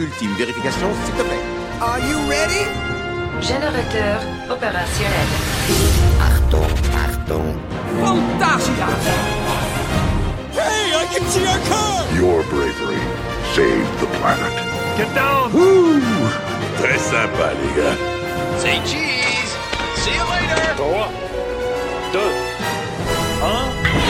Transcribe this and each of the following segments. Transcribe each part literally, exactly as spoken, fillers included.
ultime vérification, s'il te plaît. Are you ready? Générateur opérationnel. Achtung, Achtung. Fantasia! Hey, I can see our car! Your bravery saved the planet. Get down! Woo! Très sympa, les gars. Say cheese! See you later! trois, deux, un...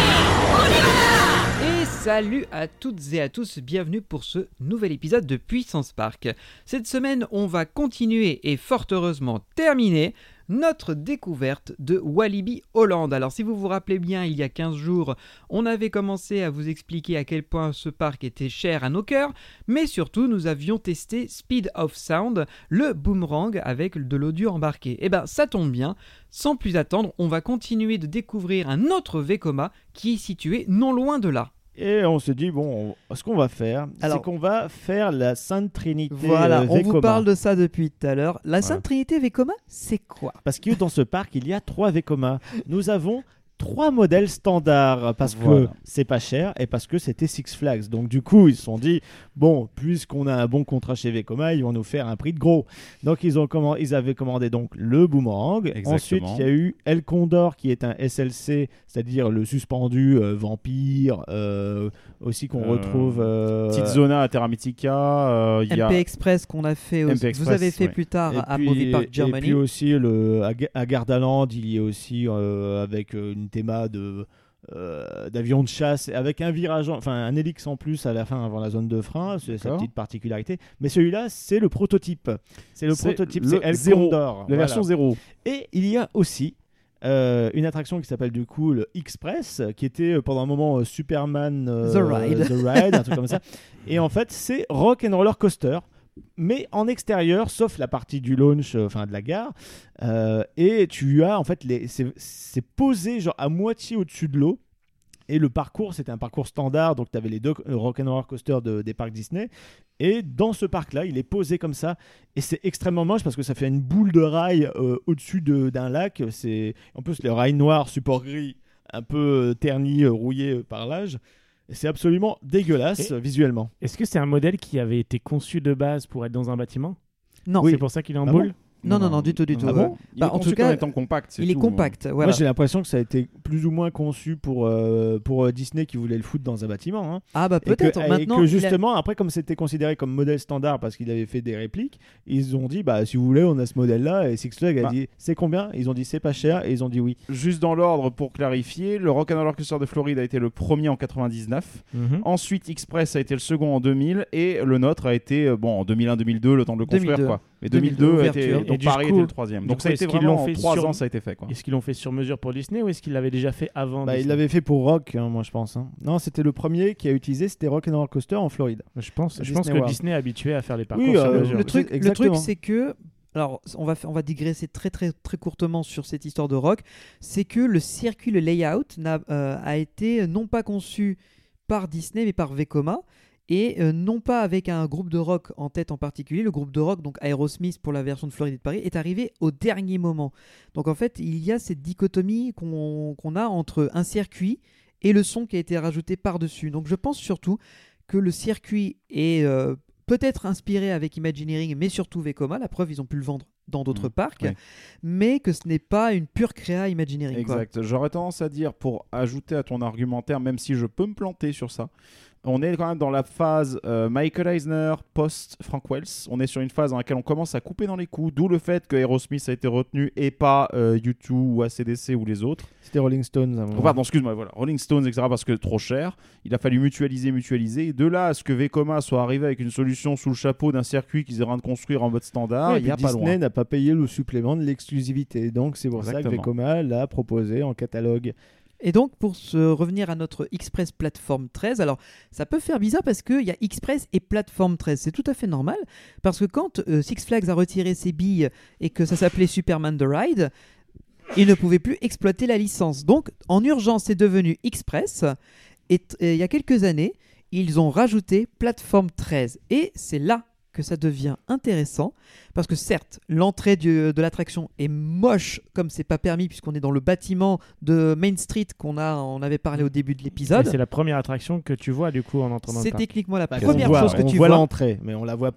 Et salut à toutes et à tous, bienvenue pour ce nouvel épisode de Puissance Park. Cette semaine, on va continuer et fort heureusement terminer notre découverte de Walibi Holland. Alors si vous vous rappelez bien, il y a quinze jours, on avait commencé à vous expliquer à quel point ce parc était cher à nos cœurs, mais surtout nous avions testé Speed of Sound, le boomerang avec de l'audio embarqué. Et ben ça tombe bien, sans plus attendre, on va continuer de découvrir un autre Vekoma qui est situé non loin de là. Et on se dit, bon, ce qu'on va faire, Alors, c'est qu'on va faire la Sainte Trinité Voilà, euh, on Vekoma. vous parle de ça depuis tout à l'heure. La Sainte Ouais. Trinité Vekoma, c'est quoi? Parce que dans ce parc, il y a trois Vekoma. Nous avons trois modèles standards parce Voilà. que c'est pas cher et parce que c'était Six Flags. Donc du coup, ils se sont dit, bon, puisqu'on a un bon contrat chez Vekoma, ils vont nous faire un prix de gros. Donc ils, ont commandé, ils avaient commandé donc le boomerang. Exactement. Ensuite, il y a eu El Condor qui est un S L C, c'est-à-dire le suspendu euh, vampire, euh, aussi qu'on Euh, retrouve... euh, Petite Zona à Terra Mythica. euh, il y a... M P Express qu'on a fait aussi. M P Express, Vous avez fait ouais. plus tard Et à puis- Movie Park Et Germany. puis aussi, le, à, Ga- à Gardaland, il y a aussi euh, avec euh, une théma de, euh, d'avion de chasse, avec un virage, en- enfin un hélix en plus à la fin avant la zone de frein, c'est sa D'accord. petite particularité. Mais celui-là, c'est le prototype. C'est le C'est prototype, le c'est El zéro, Condor. La Voilà. version zéro. Et il y a aussi euh, une attraction qui s'appelle du coup le Express, qui était euh, pendant un moment euh, Superman euh, The Ride. The Ride, un truc comme ça. Et en fait, c'est Rock and Roller Coaster, mais en extérieur, sauf la partie du launch, euh, enfin de la gare. Euh, et tu as en fait, les, c'est, c'est posé genre à moitié au-dessus de l'eau. Et le parcours, c'était un parcours standard, donc tu avais les deux Rock'n'Roller Coaster de, des parcs Disney. Et dans ce parc-là, il est posé comme ça. Et c'est extrêmement moche parce que ça fait une boule de rail euh, au-dessus de, d'un lac. C'est... En plus, le rail noir, support gris, un peu euh, terni, euh, rouillé euh, par l'âge. Et c'est absolument dégueulasse Et- euh, visuellement. Est-ce que c'est un modèle qui avait été conçu de base pour être dans un bâtiment? Non, Oui. C'est pour ça qu'il est en Ah boule? non, non, non, du tout, du tout. Ah bon Il Bah, est en conçu tout cas, comme étant compact. c'est il est tout, compact. hein. Voilà. Moi, j'ai l'impression que ça a été plus ou moins conçu pour, euh, pour euh, Disney qui voulait le foutre dans un bâtiment. Hein. Ah bah Et que- peut-être. et Maintenant, que il a- justement, après, comme c'était considéré comme modèle standard parce qu'il avait fait des répliques, ils ont dit, bah, si vous voulez, on a ce modèle-là. Et Six Flags a Bah. dit, c'est combien? Ils ont dit, c'est pas cher. Et ils ont dit oui. Juste dans l'ordre pour clarifier, le Rock'n'Roller Coaster de Floride a été le premier en quatre-vingt-dix-neuf. Mhm. Ensuite, Express a été le second en deux mille et le nôtre a été euh, bon en deux mille un deux mille deux, le temps de le construire deux mille deux. quoi. Mais deux deux mille mille deux, deux a été ouverture. donc Et du Paris coup- était le troisième. du Donc coup, ça a est-ce été qu'ils vraiment l'ont en fait trois sur- ans, ça a été fait quoi. Est-ce qu'ils l'ont fait sur mesure pour Disney ou est-ce qu'ils l'avaient déjà fait avant Bah, il Disney? l'avait fait pour Rock, hein, moi, je pense. hein. Non, c'était le premier qui a utilisé, c'était Rock'n'Roller Coaster en Floride. Je pense, je Disney pense que World. Disney est habitué à faire les parcours Oui, sur euh, mesure. le truc, le exactement. truc, c'est que, alors, on va, fa- on va digresser très, très, très courtement sur cette histoire de rock. C'est que le circuit, le layout, n'a, euh, a été non pas conçu par Disney, mais par Vekoma. Et euh, non pas avec un groupe de rock en tête en particulier. Le groupe de rock, donc Aerosmith pour la version de Floride et de Paris, est arrivé au dernier moment. Donc en fait, il y a cette dichotomie qu'on, qu'on a entre un circuit et le son qui a été rajouté par-dessus. Donc je pense surtout que le circuit est euh, peut-être inspiré avec Imagineering, mais surtout Vekoma. La preuve, ils ont pu le vendre dans d'autres Mmh, parcs, ouais. mais que ce n'est pas une pure créa Imagineering. quoi. Exact. J'aurais tendance à dire, pour ajouter à ton argumentaire, même si je peux me planter sur ça, on est quand même dans la phase euh, Michael Eisner post-Frank Wells. On est sur une phase dans laquelle on commence à couper dans les coups, d'où le fait que Aerosmith a été retenu et pas euh, U deux ou A C D C ou les autres. C'était Rolling Stones. à un moment. Oh, pardon, excuse-moi, voilà. Rolling Stones, et cetera, parce que trop cher. Il a fallu mutualiser, mutualiser. Et de là à ce que Vekoma soit arrivé avec une solution sous le chapeau d'un circuit qu'ils aient rien de construire en mode standard, Ouais, il et n'y a puis pas Disney loin. n'a pas payé le supplément de l'exclusivité. Donc c'est pour ça Exactement. que Vekoma l'a proposé en catalogue. Et donc, pour se revenir à notre Express Plateforme treize, alors ça peut faire bizarre parce qu'il y a Express et Plateforme treize. C'est tout à fait normal parce que quand euh, Six Flags a retiré ses billes et que ça s'appelait Superman The Ride, ils ne pouvaient plus exploiter la licence. Donc, en urgence, c'est devenu Express. Et t- et il y a quelques années, ils ont rajouté Plateforme treize. Et c'est là que ça devient intéressant parce que certes, l'entrée du- de l'attraction est moche comme c'est pas permis puisqu'on est dans le bâtiment de Main Street qu'on a, on avait parlé au début de Et l'épisode. c'est la première attraction que tu vois du coup en entrant dans le C'est parc. techniquement la Bah, première on voit, chose que on tu voit vois. l'entrée, mais on la voit pas.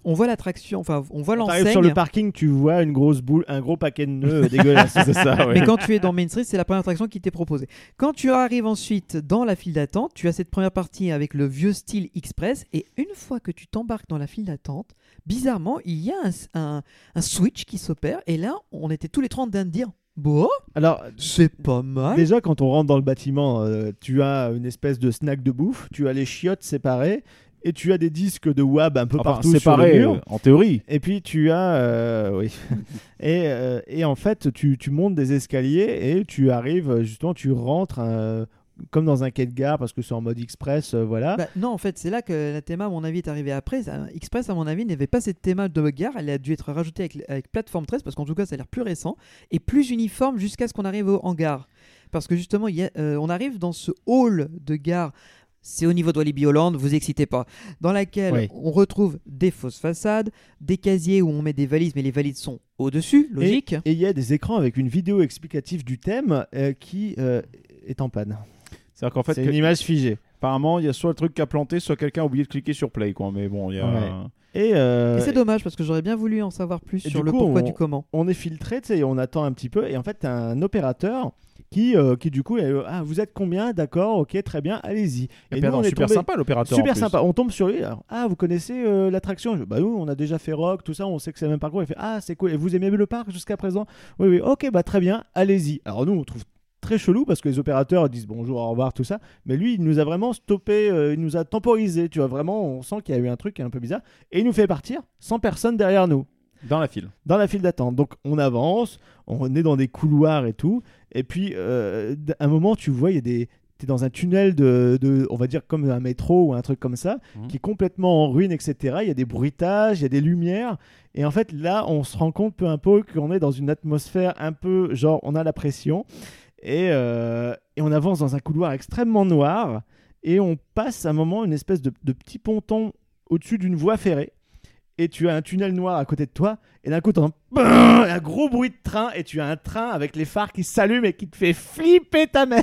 on voit l'attraction, enfin on voit Quand t'arrives l'enseigne. sur le parking, tu vois une grosse boule, un gros paquet de nœuds euh, dégueulasse. C'est ça, ouais. Mais quand tu es dans Main Street, c'est la première attraction qui t'est proposée. Quand tu arrives ensuite dans la file d'attente, tu as cette première partie avec le vieux style express. Et une fois que tu t'embarques dans la file d'attente, bizarrement, il y a un, un, un switch qui s'opère. Et là, on était tous les trois en train de dire bon, Alors, c'est pas mal. déjà, quand on rentre dans le bâtiment, euh, tu as une espèce de snack de bouffe, tu as les chiottes séparées et tu as des disques de W A B un peu Enfin, partout c'est sur le pareil, mur. euh, en théorie. Et puis tu as, euh, oui, et, euh, et en fait tu, tu montes des escaliers et tu arrives justement, tu rentres euh, comme dans un quai de gare parce que c'est en mode express, euh, voilà. Bah, non, en fait, c'est là que la théma, à mon avis, est arrivée après. Ça- Express, à mon avis, n'avait pas cette théma de gare. Elle a dû être rajoutée avec, avec Plateforme treize parce qu'en tout cas, ça a l'air plus récent et plus uniforme jusqu'à ce qu'on arrive au hangar. Parce que justement, il y a- euh, on arrive dans ce hall de gare. C'est au niveau de Walibi Holland, vous excitez pas. Dans laquelle Oui. on retrouve des fausses façades, des casiers où on met des valises, mais les valises sont au-dessus, logique. Et il y a des écrans avec une vidéo explicative du thème euh, qui euh, est en panne. C'est-à-dire qu'en fait, C'est que- une image figée. apparemment, il y a soit le truc qui a planté, soit quelqu'un a oublié de cliquer sur play, quoi. Mais bon, il y a. Ouais. Et, euh, Et c'est dommage parce que j'aurais bien voulu en savoir plus et sur du le coup, pourquoi on- du comment. on est filtré, tu sais, et on attend un petit peu. Et en fait, t'as un opérateur qui, euh, qui du coup, est, euh, ah, vous êtes combien? D'accord, ok, très bien, allez-y. Et puis, alors, on est super tombé- sympa l'opérateur. en Super plus. sympa. On tombe sur lui. Alors, ah, vous connaissez euh, l'attraction? Je- Bah oui, on a déjà fait Rock, tout ça. On sait que c'est le même parcours. Il fait, ah, c'est cool. Et vous aimez le parc jusqu'à présent? Oui, oui. Ok, bah très bien. Allez-y. Alors nous, on trouve très chelou parce que les opérateurs disent bonjour, au revoir, tout ça. Mais lui, il nous a vraiment stoppé. euh, il nous a temporisé. Tu vois, vraiment, on sent qu'il y a eu un truc un peu bizarre. Et il nous fait partir sans personne derrière nous. Dans la file. Dans la file d'attente. Donc on avance, on est dans des couloirs et tout. Et puis euh, d- à un moment, tu vois, il y a des. T'es dans un tunnel de, de, on va dire comme un métro ou un truc comme ça, Mhm. qui est complètement en ruine, et cetera. Il y a des bruitages, il y a des lumières. Et en fait, là, on se rend compte peu à peu qu'on est dans une atmosphère un peu genre, on a la pression. Et, euh, et on avance dans un couloir extrêmement noir. Et on passe à un moment une espèce de, de petit ponton au-dessus d'une voie ferrée. Et tu as un tunnel noir à côté de toi. Et d'un coup, tu entends un gros bruit de train. Et tu as un train avec les phares qui s'allument et qui te fait flipper ta mère.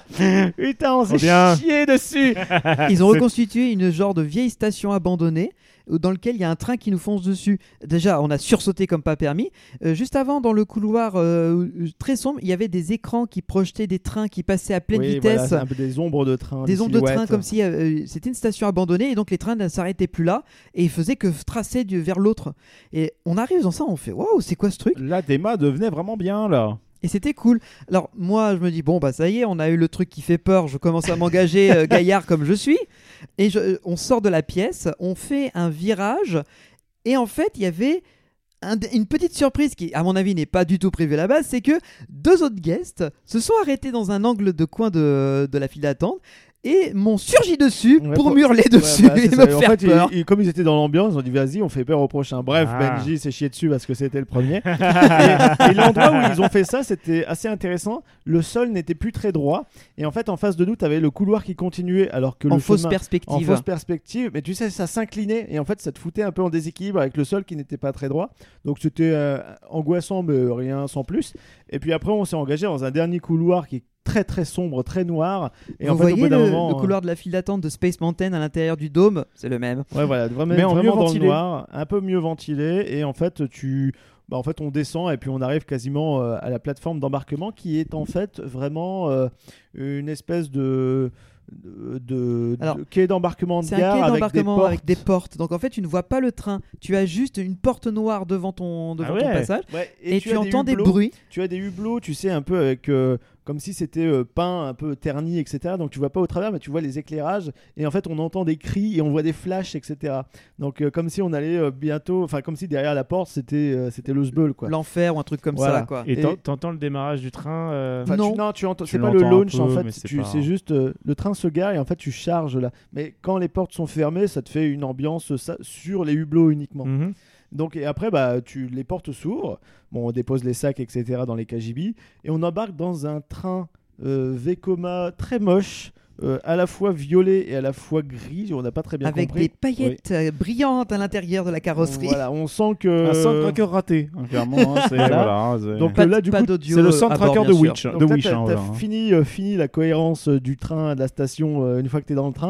Putain, on s'est bien. chié dessus. Ils ont reconstitué une genre de vieille station abandonnée euh, dans lequel il y a un train qui nous fonce dessus. Déjà, on a sursauté comme pas permis. Euh, juste avant, dans le couloir euh, très sombre, il y avait des écrans qui projetaient des trains qui passaient à pleine Oui, vitesse. voilà, c'est un peu des ombres de train. Des ombres de train silhouettes. comme si euh, c'était une station abandonnée et donc les trains ne s'arrêtaient plus là et ils faisaient que tracer du, vers l'autre. Et on arrive dans ça, on fait waouh, c'est quoi ce truc? La déma devenait vraiment bien là. Et c'était cool. Alors moi je me dis bon bah ça y est, on a eu le truc qui fait peur, je commence à m'engager euh, gaillard comme je suis et je- on sort de la pièce, on fait un virage et en fait il y avait un- une petite surprise qui à mon avis n'est pas du tout prévue à la base, c'est que deux autres guests se sont arrêtés dans un angle de coin de, de la file d'attente et m'ont surgi dessus Ouais, pour pour- hurler Ouais, dessus bah, c'est et ça. me En faire fait, peur. ils- ils- comme ils étaient dans l'ambiance, ils ont dit vas-y, on fait peur au prochain. Bref, Ah. Benji s'est chié dessus parce que c'était le premier. et et l'endroit où ils ont fait ça, c'était assez intéressant. Le sol n'était plus très droit. Et en fait, en face de nous, tu avais le couloir qui continuait alors que En le fausse chemin- perspective. En fausse perspective, mais tu sais, ça s'inclinait et en fait, ça te foutait un peu en déséquilibre avec le sol qui n'était pas très droit. Donc c'était euh, angoissant, mais rien sans plus. Et puis après, on s'est engagé dans un dernier couloir qui est très très sombre, très noir. Et Vous en fait, au voyez bout d'un le, moment, le couloir de la file d'attente de Space Mountain à l'intérieur du dôme? C'est le même. ouais, voilà, vraiment, Mais en vraiment mieux dans ventilé. le noir, un peu mieux ventilé. Et en fait, tu. Bah, en fait, on descend et puis on arrive quasiment euh, à la plateforme d'embarquement qui est en fait vraiment euh, une espèce de, de, de- Alors, de quai d'embarquement de C'est un gare quai avec des d'embarquement portes. avec des portes. Donc en fait, tu ne vois pas le train. Tu as juste une porte noire devant ton, devant Ah ton ouais. passage. Ouais, Et, tu, as entends des, hublots. bruits. Tu as des hublots, tu sais, un peu avec. euh, comme si c'était euh, peint, un peu terni, et cetera. Donc tu vois pas au travers, mais tu vois les éclairages. Et en fait, on entend des cris et on voit des flashs, et cetera. Donc euh, comme si on allait euh, bientôt. Enfin, comme si derrière la porte, c'était euh, c'était le sbeul, quoi. L'enfer ou un truc comme Voilà. ça. Quoi. Et Et- t'en- t'entends le démarrage du train euh, Enfin, Non. tu, non, tu entends. Tu C'est pas le l'entends un launch peu, en mais fait. c'est tu- pas- C'est juste euh, le train se gare et en fait tu charges là. Mais quand les portes sont fermées, ça te fait une ambiance ça, sur les hublots uniquement. mhm. Donc et après bah tu les portes s'ouvrent. Bon, on dépose les sacs et cetera dans les K G B et on embarque dans un train euh, Vekoma très moche. euh, à la fois violet et à la fois gris, on n'a pas très bien Avec compris. des paillettes euh, brillantes à l'intérieur de la carrosserie. Voilà, on sent que Un soundtracker raté, hein, clairement. hein, c'est- Voilà. voilà, hein, c'est- Donc, Pas, là, de- du pas coup, d'audio c'est le à soundtracker bord, de bien Witch. sûr. Donc de là, Wish, t'as, hein, t'as voilà, hein. fini, euh, fini la cohérence euh, du train, de la station, euh, une fois que tu es dans le train.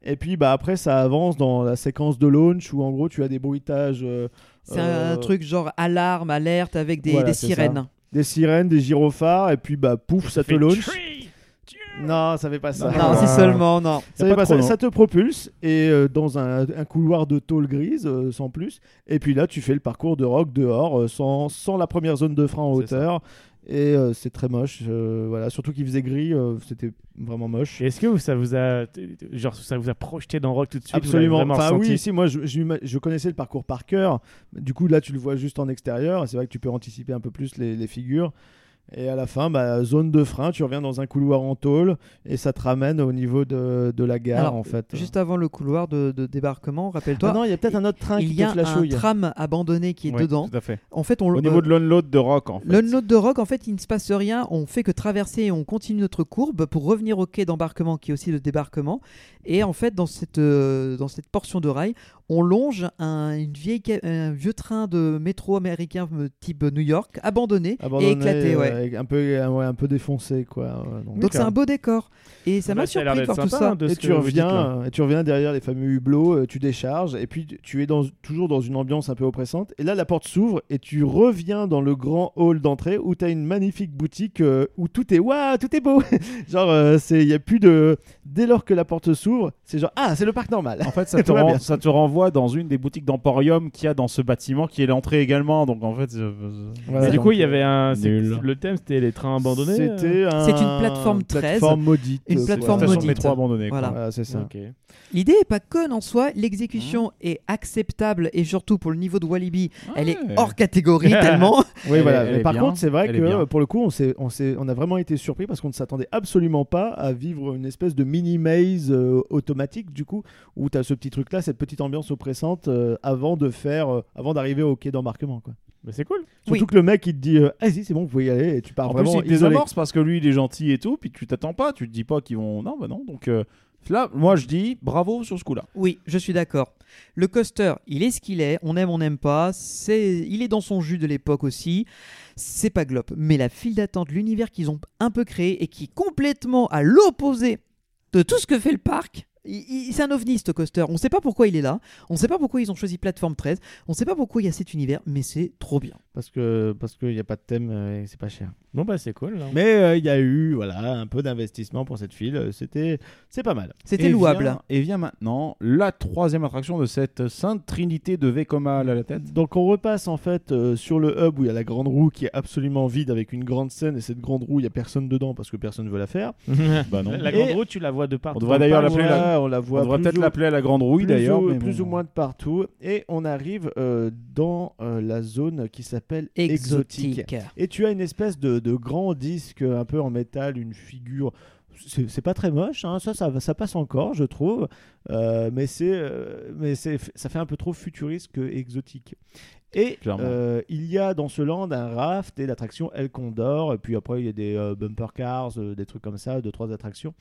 Et puis bah après ça avance dans la séquence de launch où en gros tu as des bruitages. Euh, C'est euh, un truc genre alarme, alerte avec des, voilà, des c'est sirènes. ça. Des sirènes, des gyrophares, et puis bah pouf, ça te fait launch. tree. Non, ça fait pas ça. Non, c'est seulement, non. Ça, Y a fait pas pas trop, ça. non. Ça te propulse et euh, dans un, un couloir de tôle grise euh, sans plus. Et puis là, tu fais le parcours de rock dehors euh, sans, sans la première zone de frein en C'est hauteur. Et euh, c'est très moche. euh, voilà, surtout qu'il faisait gris, euh, c'était vraiment moche. Et est-ce que ça vous a, genre, ça vous a projeté dans Rock tout de suite? Absolument. Vous l'avez vraiment Enfin ressenti? oui, si moi je, je, je connaissais le parcours par cœur. Du coup là tu le vois juste en extérieur. C'est vrai que tu peux anticiper un peu plus les, les figures. Et à la fin, bah, zone de frein, tu reviens dans un couloir en tôle et ça te ramène au niveau de, de la gare Alors, en fait. Juste avant le couloir de, de débarquement, rappelle-toi. Ah non, il y a peut-être un autre train il qui y a te flashouille. un tram abandonné qui est Ouais, dedans. Tout à fait. En fait, on Au le- niveau euh, de l'unload de rock, en fait. L'unload de rock, en fait, il ne se passe rien. On fait que traverser et on continue notre courbe pour revenir au quai d'embarquement qui est aussi le débarquement. Et en fait, dans cette, euh, dans cette portion de rail, on longe un, une vieille, ca- un vieux train de métro américain euh, type New York, abandonné, Abandonné, et éclaté. euh, Ouais. avec un peu, euh, ouais, un peu défoncé quoi. Ouais, donc, Donc c'est un beau décor. Et ça Bah, m'a ça a l'air surpris de d'être voir tout sympa, ça. hein, de et ce tu que vous dites, là. reviens, et tu reviens derrière les fameux hublots, euh, tu décharges et puis tu es dans, toujours dans une ambiance un peu oppressante. Et là, la porte s'ouvre et tu reviens dans le grand hall d'entrée où tu as une magnifique boutique euh, où tout est waouh, tout est beau. Genre, euh, c'est, il y a plus de. Dès lors que la porte s'ouvre, c'est genre ah, c'est le parc normal. En fait, ça te, Tout va ren- bien. ça te renvoie dans une des boutiques d'Emporium qu'il y a dans ce bâtiment qui est l'entrée également. Donc en fait, c'est- Voilà. Et du Donc, coup, il y avait un. c'est- nul. Le thème, c'était les trains abandonnés. euh C'était un- C'est une plateforme treize, plateforme maudite. une quoi. plateforme station maudite. de métro abandonnée. quoi. Voilà. Voilà, c'est ça. Ok. L'idée est pas conne en soi, l'exécution est acceptable et surtout pour le niveau de Walibi, elle est Ouais. hors catégorie tellement. Oui, Elle voilà. est- elle Mais est par bien. contre, c'est vrai Elle est que bien. pour le coup, on, s'est, on, s'est, on a vraiment été surpris parce qu'on ne s'attendait absolument pas à vivre une espèce de mini maze euh, automatique, du coup, où tu as ce petit truc-là, cette petite ambiance oppressante euh, avant de faire, euh, avant d'arriver au quai d'embarquement, quoi. Mais c'est cool. Surtout Oui. que le mec il te dit, euh, vas-y, c'est bon, vous pouvez y aller, et tu pars En plus, vraiment il te isolé. désamorce parce que lui, il est gentil et tout. Puis tu t'attends pas. Tu te dis pas qu'ils vont. Non, bah non. Donc euh, là, moi, je dis bravo sur ce coup-là. Oui, je suis d'accord. Le coaster, il est ce qu'il est, on aime, on n'aime pas, c'est... il est dans son jus de l'époque aussi, c'est pas glop. Mais la file d'attente, l'univers qu'ils ont un peu créé et qui est complètement à l'opposé de tout ce que fait le parc, il- il- c'est un ovni ce coaster, on sait pas pourquoi il est là, on sait pas pourquoi ils ont choisi plateforme treize, on sait pas pourquoi il y a cet univers, mais c'est trop bien. Parce que parce qu'il n'y a pas de thème euh, et c'est pas cher. Bon, bah, c'est cool. là. Mais euh, il y a eu voilà, un peu d'investissement pour cette file, euh, c'était, c'est pas mal. C'était Et louable. vient- et vient maintenant la troisième attraction de cette sainte trinité de Vekoma à la tête. Donc on repasse en fait euh, sur le hub où il y a la grande roue qui est absolument vide avec une grande scène et cette grande roue il y a personne dedans parce que personne ne veut la faire. Bah non. La, la Et- grande route, tu la vois de partout. On devrait d'ailleurs Dans le l'appeler parc. la- Voilà, on la On voit devrait plus peut-être ou- l'appeler la grande rouille plus d'ailleurs. ou, mais plus bon. ou moins de partout et on arrive euh, dans euh, la zone qui s'appelle exotique. Exotique. Et tu as une espèce de, de grand disque un peu en métal, une figure. C'est c'est pas très moche, hein, ça, ça, va- ça passe encore, je trouve. Euh, mais c'est, euh, mais c'est, ça fait un peu trop futuriste que exotique. Et Clairement. euh, il y a dans ce land un raft et l'attraction El Condor. Et puis après, il y a des euh, bumper cars, euh, des trucs comme ça, deux, trois attractions.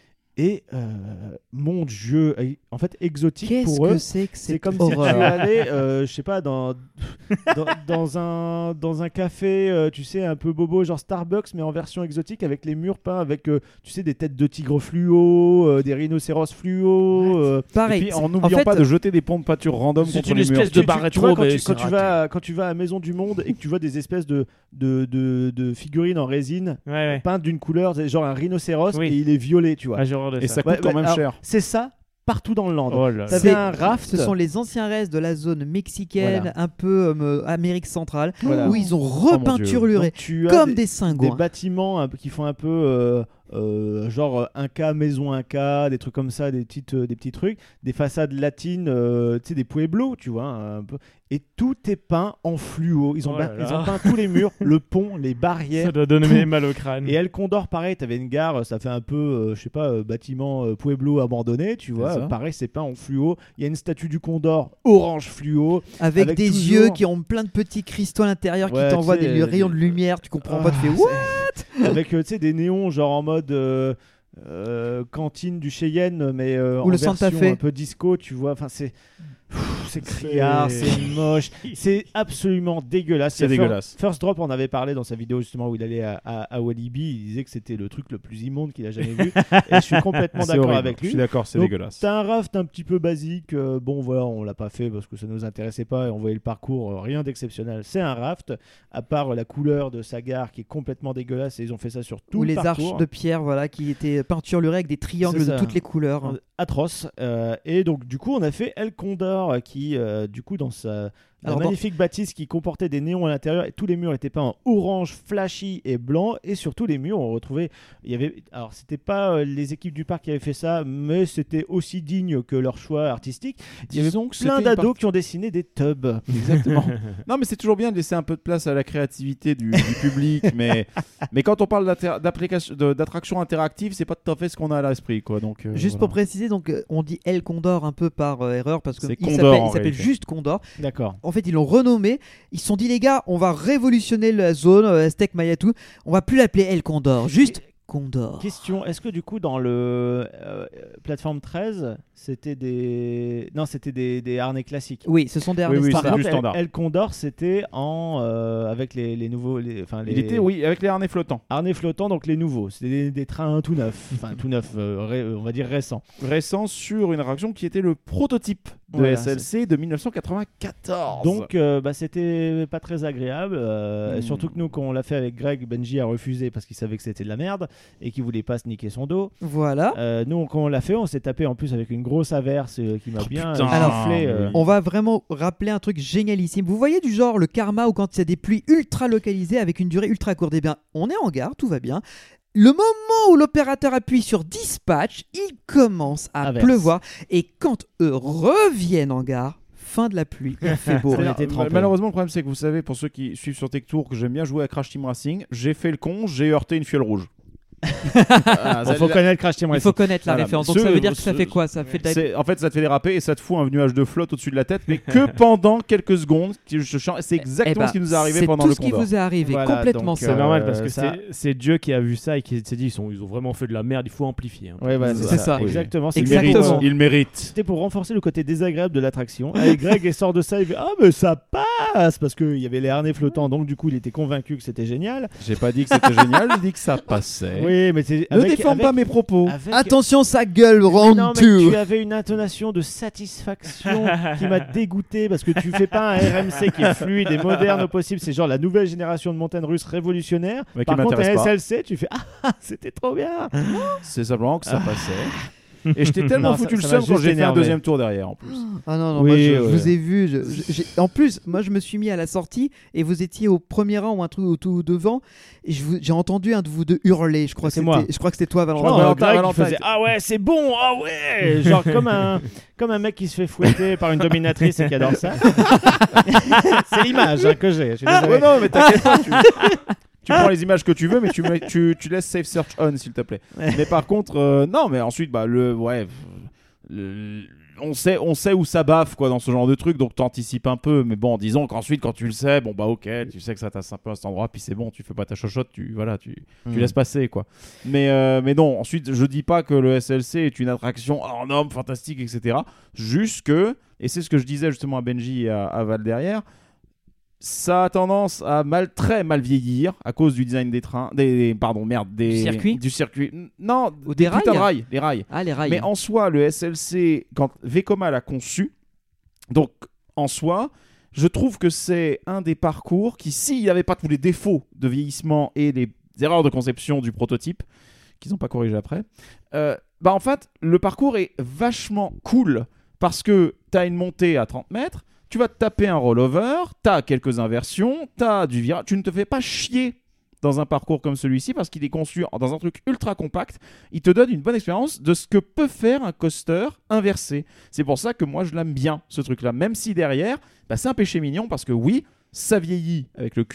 Et euh, mon Dieu, et- en fait, exotique Qu'est-ce pour eux. que c'est que C'est cette comme si tu horreur? allais, euh, je sais pas, dans, dans, dans un, dans un café, euh, tu sais, un peu bobo, genre Starbucks, mais en version exotique, avec les murs peints avec, euh, tu sais, des têtes de tigres fluo, euh, des rhinocéros fluo. euh, Pareil. Et puis en c'est- n'oubliant fait, pas de jeter des pompes de pâture random C'est contre une les espèce murs. de tu- tu- bar tu vois, rétro, quand, mais tu, quand, c'est tu vas, quand tu vas à Maison du Monde et que tu vois des espèces de, de, de, de figurines en résine Ouais, ouais. peintes d'une couleur, c'est genre un rhinocéros Oui. et il est violet, tu vois. Ah, j'ai horreur de Et ça. ça coûte Ouais, quand ouais, même alors, cher. C'est ça partout dans le land. Oh là là. T'avais C'est- un raft. Ce sont les anciens restes de la zone mexicaine, Voilà. un peu euh, Amérique centrale, Voilà. où ils ont mon Dieu. repeinturluré Donc, tu as comme des- des des cingouins. bâtiments un peu- qui font un peu euh, euh, genre Inca, maison Inca, des trucs comme ça, des, petites, euh, des petits trucs, des façades latines, euh, tu sais, des pueblos, tu vois, un peu. Et tout est peint en fluo. Ils ont, Oh ba- là ils là. ont peint tous les murs, le pont, les barrières. Ça doit donner tout. mal au crâne. Et El Condor, pareil, t'avais une gare, ça fait un peu, euh, je sais pas, euh, bâtiment euh, pueblo abandonné, tu vois. C'est ça. Euh, pareil, c'est peint en fluo. Il y a une statue du Condor orange fluo. Avec, avec des toujours- yeux qui ont plein de petits cristaux à l'intérieur Ouais, qui t'envoient tu sais, des euh, rayons des- de lumière, tu comprends Ah, pas, tu fais c'est- what? avec euh, tu sais des néons genre en mode euh, euh, cantine du Cheyenne mais euh, Ou en le Santa version Fe. un peu disco, tu vois, enfin c'est C'est criard, c'est moche, c'est absolument dégueulasse. C'est Il y a dégueulasse. First, First Drop en avait parlé dans sa vidéo justement où il allait à, à, à Walibi. Il disait que c'était le truc le plus immonde qu'il a jamais vu. Et je suis complètement C'est d'accord horrible. avec lui. Je suis d'accord, c'est Donc, dégueulasse. T'as un raft un petit peu basique. euh, bon, voilà, on l'a pas fait parce que ça nous intéressait pas et on voyait le parcours, euh, rien d'exceptionnel. C'est un raft, à part la couleur de sa gare qui est complètement dégueulasse et ils ont fait ça sur tout Ou le les parcours. arches de pierre, voilà, qui étaient peinturlurées avec des triangles C'est de ça. toutes les couleurs. Atroce. Euh, et donc, du coup, on a fait El Condor euh, qui, euh, du coup, dans sa la Alors, dans- magnifique bâtisse qui comportait des néons à l'intérieur et tous les murs étaient peints en orange, flashy et blanc. Et sur tous les murs, on retrouvait. Il y avait. Alors, c'était pas euh, les équipes du parc qui avaient fait ça, mais c'était aussi digne que leur choix artistique. Il y avait Disons que plein c'était une d'ados qui ont dessiné des tubs. Exactement. Non, mais c'est toujours bien de laisser un peu de place à la créativité du, du public. Mais, mais quand on parle d'inter- d'application- de- d'attraction interactive, c'est pas tout à fait ce qu'on a à l'esprit, quoi. Donc, euh, Juste voilà. pour préciser, donc euh, on dit El Condor un peu par euh, erreur parce que C'est il Condor, s'appelle, en il s'appelle réalité. juste Condor. D'accord. En fait, ils l'ont renommé. Ils se sont dit les gars, on va révolutionner la zone euh, Aztec Maya tout. On va plus l'appeler El Condor, juste Condor. Question, est-ce que du coup dans le euh, plateforme treize, c'était des non, c'était des, des harnais classiques. Oui, ce sont des Oui, harnais oui, Par c'est standards. contre, du El, standard. El Condor, c'était en euh, avec les, les nouveaux, les, enfin les Il était, oui, avec les harnais flottants. harnais flottants, donc les nouveaux. C'était des, des trains tout neufs, enfin tout neufs, euh, ré- on va dire récents. Récent sur une attraction qui était le prototype de Voilà, S L C de mille neuf cent quatre-vingt-quatorze. Donc, euh, bah, c'était pas très agréable. euh, Hmm. et surtout que nous, quand on l'a fait avec Greg, Benji a refusé parce qu'il savait que c'était de la merde et qu'il voulait pas se niquer son dos. Voilà. Euh, nous, quand on l'a fait, on s'est tapé en plus avec une grosse averse euh, qui m'a Oh, bien putain. euh, Alors, gonflé, euh. On va vraiment rappeler un truc génialissime. Vous voyez du genre le karma ou quand il y a des pluies ultra localisées avec une durée ultra courte. Eh bien, on est en gare, tout va bien. Le moment où l'opérateur appuie sur dispatch, il commence à Averse. pleuvoir. Et quand eux reviennent en gare, fin de la pluie, il fait beau. On C'est-à-dire, était trempés. malheureusement, le problème, c'est que vous savez, pour ceux qui suivent sur Tech Tour, que j'aime bien jouer à Crash Team Racing, j'ai fait le con, j'ai heurté une fiole rouge. Ah, Il ça- faut la- connaître Crash Team Il Racing. faut connaître la Voilà, référence. mais Donc ça ce- veut dire que ça ce- fait quoi? Ça fait de la- C'est- En fait, ça te fait déraper et ça te fout un nuage de flotte au-dessus de la tête, mais que pendant quelques secondes. qui- je chante- C'est exactement Eh ben, ce qui nous est arrivé c'est pendant tout le ce qui Condor. vous est arrivé, Voilà, complètement donc, C'est ça. euh, normal parce que ça- c'est- c'est Dieu qui a vu ça et qui s'est dit ils, sont, ils ont vraiment fait de la merde, il faut amplifier. hein. Ouais, voilà, C'est ça. Exactement. Il C'était mérite. Exactement. Il mérite. C'était pour renforcer le côté désagréable de l'attraction. Et Greg il sort de ça, il fait ah mais ça passe parce qu'il y avait les harnais flottants, donc du coup il était convaincu que c'était génial. J'ai pas dit que c'était génial, j'ai dit que ça passait. Oui, mais c'est Ne avec- déforme avec- pas mes propos. avec- Attention, sa gueule, Mais round non, mais two. tu avais une intonation de satisfaction qui m'a dégoûté parce que tu fais pas un R M C qui est fluide et moderne au possible. C'est genre la nouvelle génération de montagnes russes révolutionnaire. Mais qui Par contre, un m'intéresse S pas. L C, tu fais ah c'était trop bien. C'est simplement que ça passait. Et je t'ai tellement Non, foutu ça- le ça m'a seum quand juste j'ai fait un énervé. deuxième tour derrière en plus. Ah non, non, Oui, moi je, je ouais. vous ai vu. je- je- j'ai- en plus, moi je me suis mis à la sortie et vous étiez au premier rang ou un truc au tout devant. Et je vous- j'ai entendu un de vous deux hurler. Je crois que C'est c'était- moi. Je crois que c'était toi, Valentin. Non, Valentin, Greg, il Valentin faisait était- ah ouais c'est bon ah ouais genre comme un comme un mec qui se fait fouetter par une dominatrice et qui adore ça. C'est l'image hein, que j'ai. Je suis désolé. Ouais, non, mais t'inquiète pas, tu, tu prends les images que tu veux, mais tu, mets- tu, tu laisses Safe Search on, s'il te plaît. Mais par contre, euh, non, mais ensuite, bah, le, ouais, le- on sait, on sait où ça baffe, quoi, dans ce genre de truc, donc t'anticipes un peu. Mais bon, disons qu'ensuite, quand tu le sais, bon, bah, ok, tu sais que ça tasse un peu à cet endroit, puis c'est bon, tu fais pas ta chochotte, tu, voilà, tu, tu Mm. laisses passer, quoi. Mais, euh, mais non, ensuite, je dis pas que le S L C est une attraction en homme, fantastique, et cetera. Juste que, et c'est ce que je disais justement à Benji et à, à Val derrière, ça a tendance à mal, très mal vieillir à cause du design des trains, des, pardon, merde, des, Du circuit du circuit. Non, Ou des putains de rails rails, les rails. Ah, les rails. Mais en soi, le S L C, quand Vekoma l'a conçu, donc en soi, je trouve que c'est un des parcours qui, s'il n'y avait pas tous les défauts de vieillissement et les erreurs de conception du prototype, qu'ils n'ont pas corrigé après, euh, bah en fait, le parcours est vachement cool parce que tu as une montée à trente mètres, tu vas te taper un rollover, tu as quelques inversions, tu as du virage, tu ne te fais pas chier dans un parcours comme celui-ci parce qu'il est conçu dans un truc ultra compact. Il te donne une bonne expérience de ce que peut faire un coaster inversé. C'est pour ça que moi je l'aime bien ce truc-là, même si derrière, bah, c'est un péché mignon parce que oui, ça vieillit avec le cul,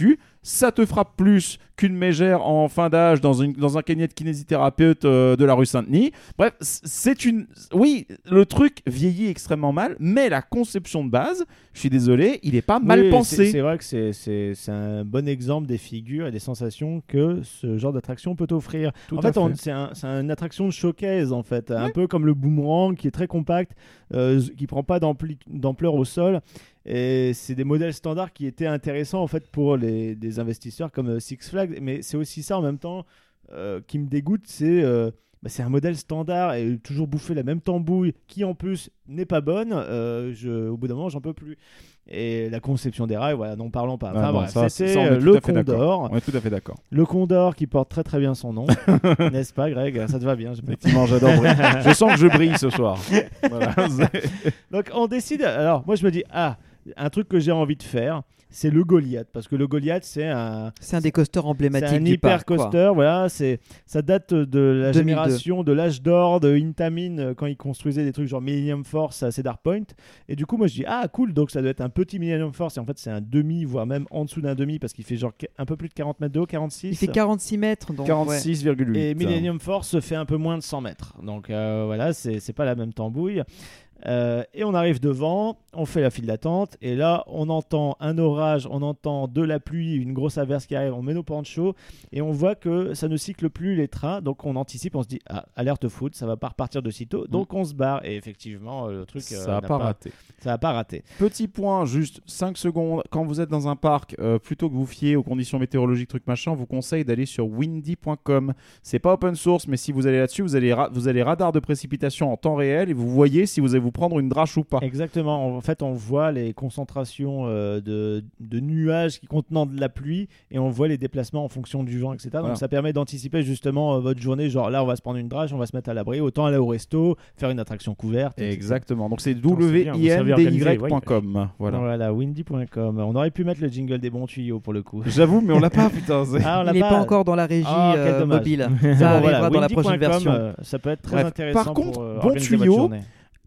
ça te frappe plus qu'une mégère en fin d'âge dans, une, dans un cabinet de kinésithérapeute euh, de la rue Saint-Denis. Bref, c'est une... Oui, le truc vieillit extrêmement mal, mais la conception de base, je suis désolé, il est pas mal Oui, pensé. C'est, c'est vrai que c'est, c'est, c'est un bon exemple des figures et des sensations que ce genre d'attraction peut offrir. Tout en à fait, fait. on- c'est, un, c'est une attraction de showcase, en fait. Un peu comme le boomerang, qui est très compact, euh, qui prend pas d'ampli- d'ampleur au sol. Et c'est des modèles standards qui étaient intéressants en fait pour les des investisseurs comme euh, Six Flags, mais c'est aussi ça en même temps euh, qui me dégoûte, c'est euh, bah, c'est un modèle standard et toujours bouffer la même tambouille qui en plus n'est pas bonne. euh, je, au bout d'un moment, j'en peux plus. Et la conception des rails, voilà, n'en parlons pas. Ah Enfin bon, bref, ça, c'était ça, on est euh, tout le à fait d'accord. Condor, On est tout à fait d'accord. le Condor qui porte très très bien son nom, n'est-ce pas, Greg? Ça te va bien? je peux- Effectivement, j'adore briller. Je sens que je brille ce soir. Voilà, c'est- Donc on décide. Alors moi je me dis ah, un truc que j'ai envie de faire, c'est le Goliath, parce que le Goliath c'est un C'est un des coasters c'est emblématiques un du hyper parc, quoi. coaster, voilà, c'est ça date de la deux mille deux. génération de l'âge d'or de Intamin euh, quand ils construisaient des trucs genre Millennium Force à Cedar Point. Et du coup moi je dis ah cool, donc ça doit être un petit Millennium Force et en fait c'est un demi, voire même en dessous d'un demi parce qu'il fait genre un peu plus de quarante mètres de haut, quarante-six. Il fait quarante-six mètres, donc ouais. quarante-six virgule huit. Et Millennium Force fait un peu moins de cent mètres. Donc euh, voilà, c'est, c'est pas la même tambouille. Euh, et on arrive devant, on fait la file d'attente, et là on entend un orage, on entend de la pluie, une grosse averse qui arrive, on met nos ponchos, et on voit que ça ne cycle plus les trains, donc on anticipe, on se dit ah, alerte foot, ça va pas repartir de sitôt, donc on se barre, et effectivement euh, le truc euh, Ça n'a n'a pas raté. ça a pas raté. Petit point, juste cinq secondes. Quand vous êtes dans un parc, euh, plutôt que vous fier aux conditions météorologiques, truc machin, on vous conseille d'aller sur windy point com. C'est pas open source, mais si vous allez là-dessus, vous allez, ra- vous allez radar de précipitation en temps réel et vous voyez si vous allez vous prendre une drache ou pas. Exactement, en fait on voit les concentrations euh, de, de nuages qui contenant de la pluie, et on voit les déplacements en fonction du vent, et cetera. Voilà. Donc ça permet d'anticiper justement euh, votre journée, genre là on va se prendre une drache, on va se mettre à l'abri, autant aller au resto, faire une attraction couverte. et cetera. Exactement. Donc c'est Attends, c'est bien, vous savez w i n d y organiser, point com. Voilà. Voilà, windy point com. On aurait pu mettre le jingle des bons tuyaux pour le coup. J'avoue, mais on l'a pas, putain. c'est- Ah, on l'a Il n'est pas encore dans la régie Ah, quel euh, dommage. mobile. C'est Ça bon, arrivera voilà, dans la windy point prochaine com, version. euh, ça peut être très Bref. intéressant Par contre, pour euh, bon organiser votre tuyau. journée.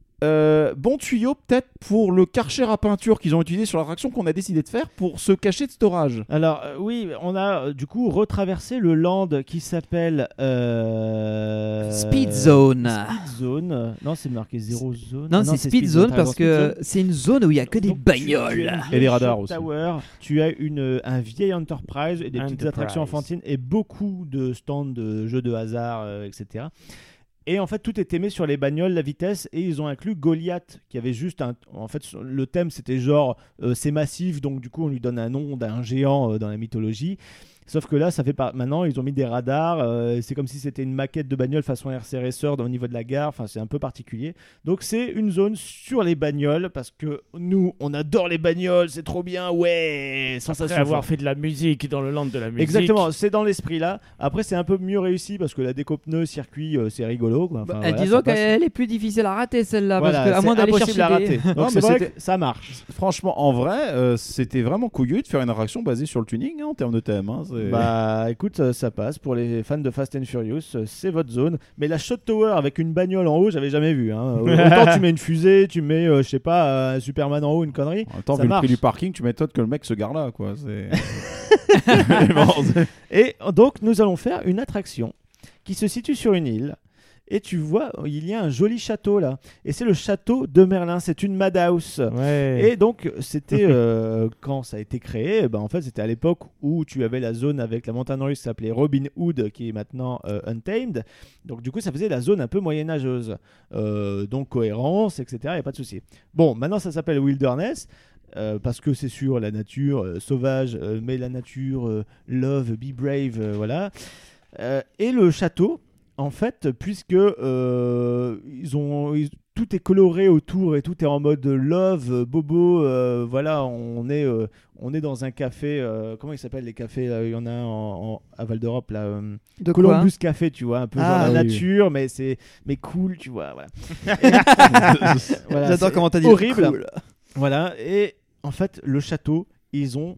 Euh, bon tuyau peut-être pour le karcher à peinture qu'ils ont utilisé sur l'attraction qu'on a décidé de faire pour se cacher de storage. Alors euh, oui, on a euh, du coup retraversé le land qui s'appelle euh, Speed Zone. Speed Zone. Euh, Non, c'est marqué zéro zone. Non, Ah c'est Speed Zone t'as parce raison, Speed que Zone. c'est une zone où il y a que des Donc, tu- bagnoles. tu as une Et des vieille radars Shop aussi. Tower, tu as une, un vieil Enterprise et des petites Enterprise. attractions enfantines et beaucoup de stands de jeux de hasard, euh, et cetera. Et en fait, tout est aimé sur les bagnoles, la vitesse, et ils ont inclus Goliath, qui avait juste un. En fait, le thème c'était genre euh, c'est massif, donc du coup on lui donne un nom d'un géant euh, dans la mythologie. Sauf que là, ça fait pas. Maintenant, ils ont mis des radars. euh, c'est comme si c'était une maquette de bagnole façon R C Racer au niveau de la gare. Enfin, c'est un peu particulier. Donc, c'est une zone sur les bagnoles parce que nous, on adore les bagnoles. C'est trop bien. Ouais, sensation. Après avoir forte. fait de la musique dans le land de la musique. Exactement, c'est dans l'esprit là. Après, c'est un peu mieux réussi parce que la déco pneus, circuit, euh, c'est rigolo. Quoi. Enfin, Bah, voilà, disons ça passe. qu'elle est plus difficile à rater celle-là, Voilà, parce que à c'est moins d'aller impossible chercher à des... rater. Donc, Non, c'est mais vrai c'était- que ça marche. Franchement, en vrai, euh, c'était vraiment couillu de faire une attraction basée sur le tuning hein, en termes de thème. hein, c'est- Bah écoute, euh, ça passe pour les fans de Fast and Furious, euh, c'est votre zone. Mais la Shot Tower avec une bagnole en haut, j'avais jamais vu. Hein. Autant tu mets une fusée, tu mets, euh, je sais pas, un Superman en haut, une connerie. En même temps, ça vu le marche. prix du parking, tu m'étonnes que le mec se gare là, quoi. C'est... Bon, c'est- Et donc nous allons faire une attraction qui se situe sur une île. Et tu vois, il y a un joli château là. Et c'est le château de Merlin, c'est une madhouse. Ouais. Et donc, c'était euh, quand ça a été créé, ben, en fait, c'était à l'époque où tu avais la zone avec la montagne russe qui s'appelait Robin Hood, qui est maintenant euh, Untamed. Donc, du coup, ça faisait la zone un peu moyenâgeuse. Euh, donc, cohérence, et cetera. Il n'y a pas de souci. Bon, maintenant, ça s'appelle Wilderness. Euh, parce que c'est sur la nature euh, sauvage, euh, mais la nature, euh, love, be brave, euh, voilà. Euh, et le château, en fait, puisque euh, ils ont, ils- tout est coloré autour et tout est en mode love, euh, bobo, euh, voilà, on est, euh, on est dans un café, euh, comment il s'appelle les cafés là, il y en a un en, en- à Val d'Europe, là, euh, De quoi Columbus Café, tu vois, un peu Ah, genre la oui, nature, mais c'est mais cool, tu vois, voilà. Voilà, J'adore c'est comment t'as dit horrible. cool. Voilà, et en fait, le château, ils ont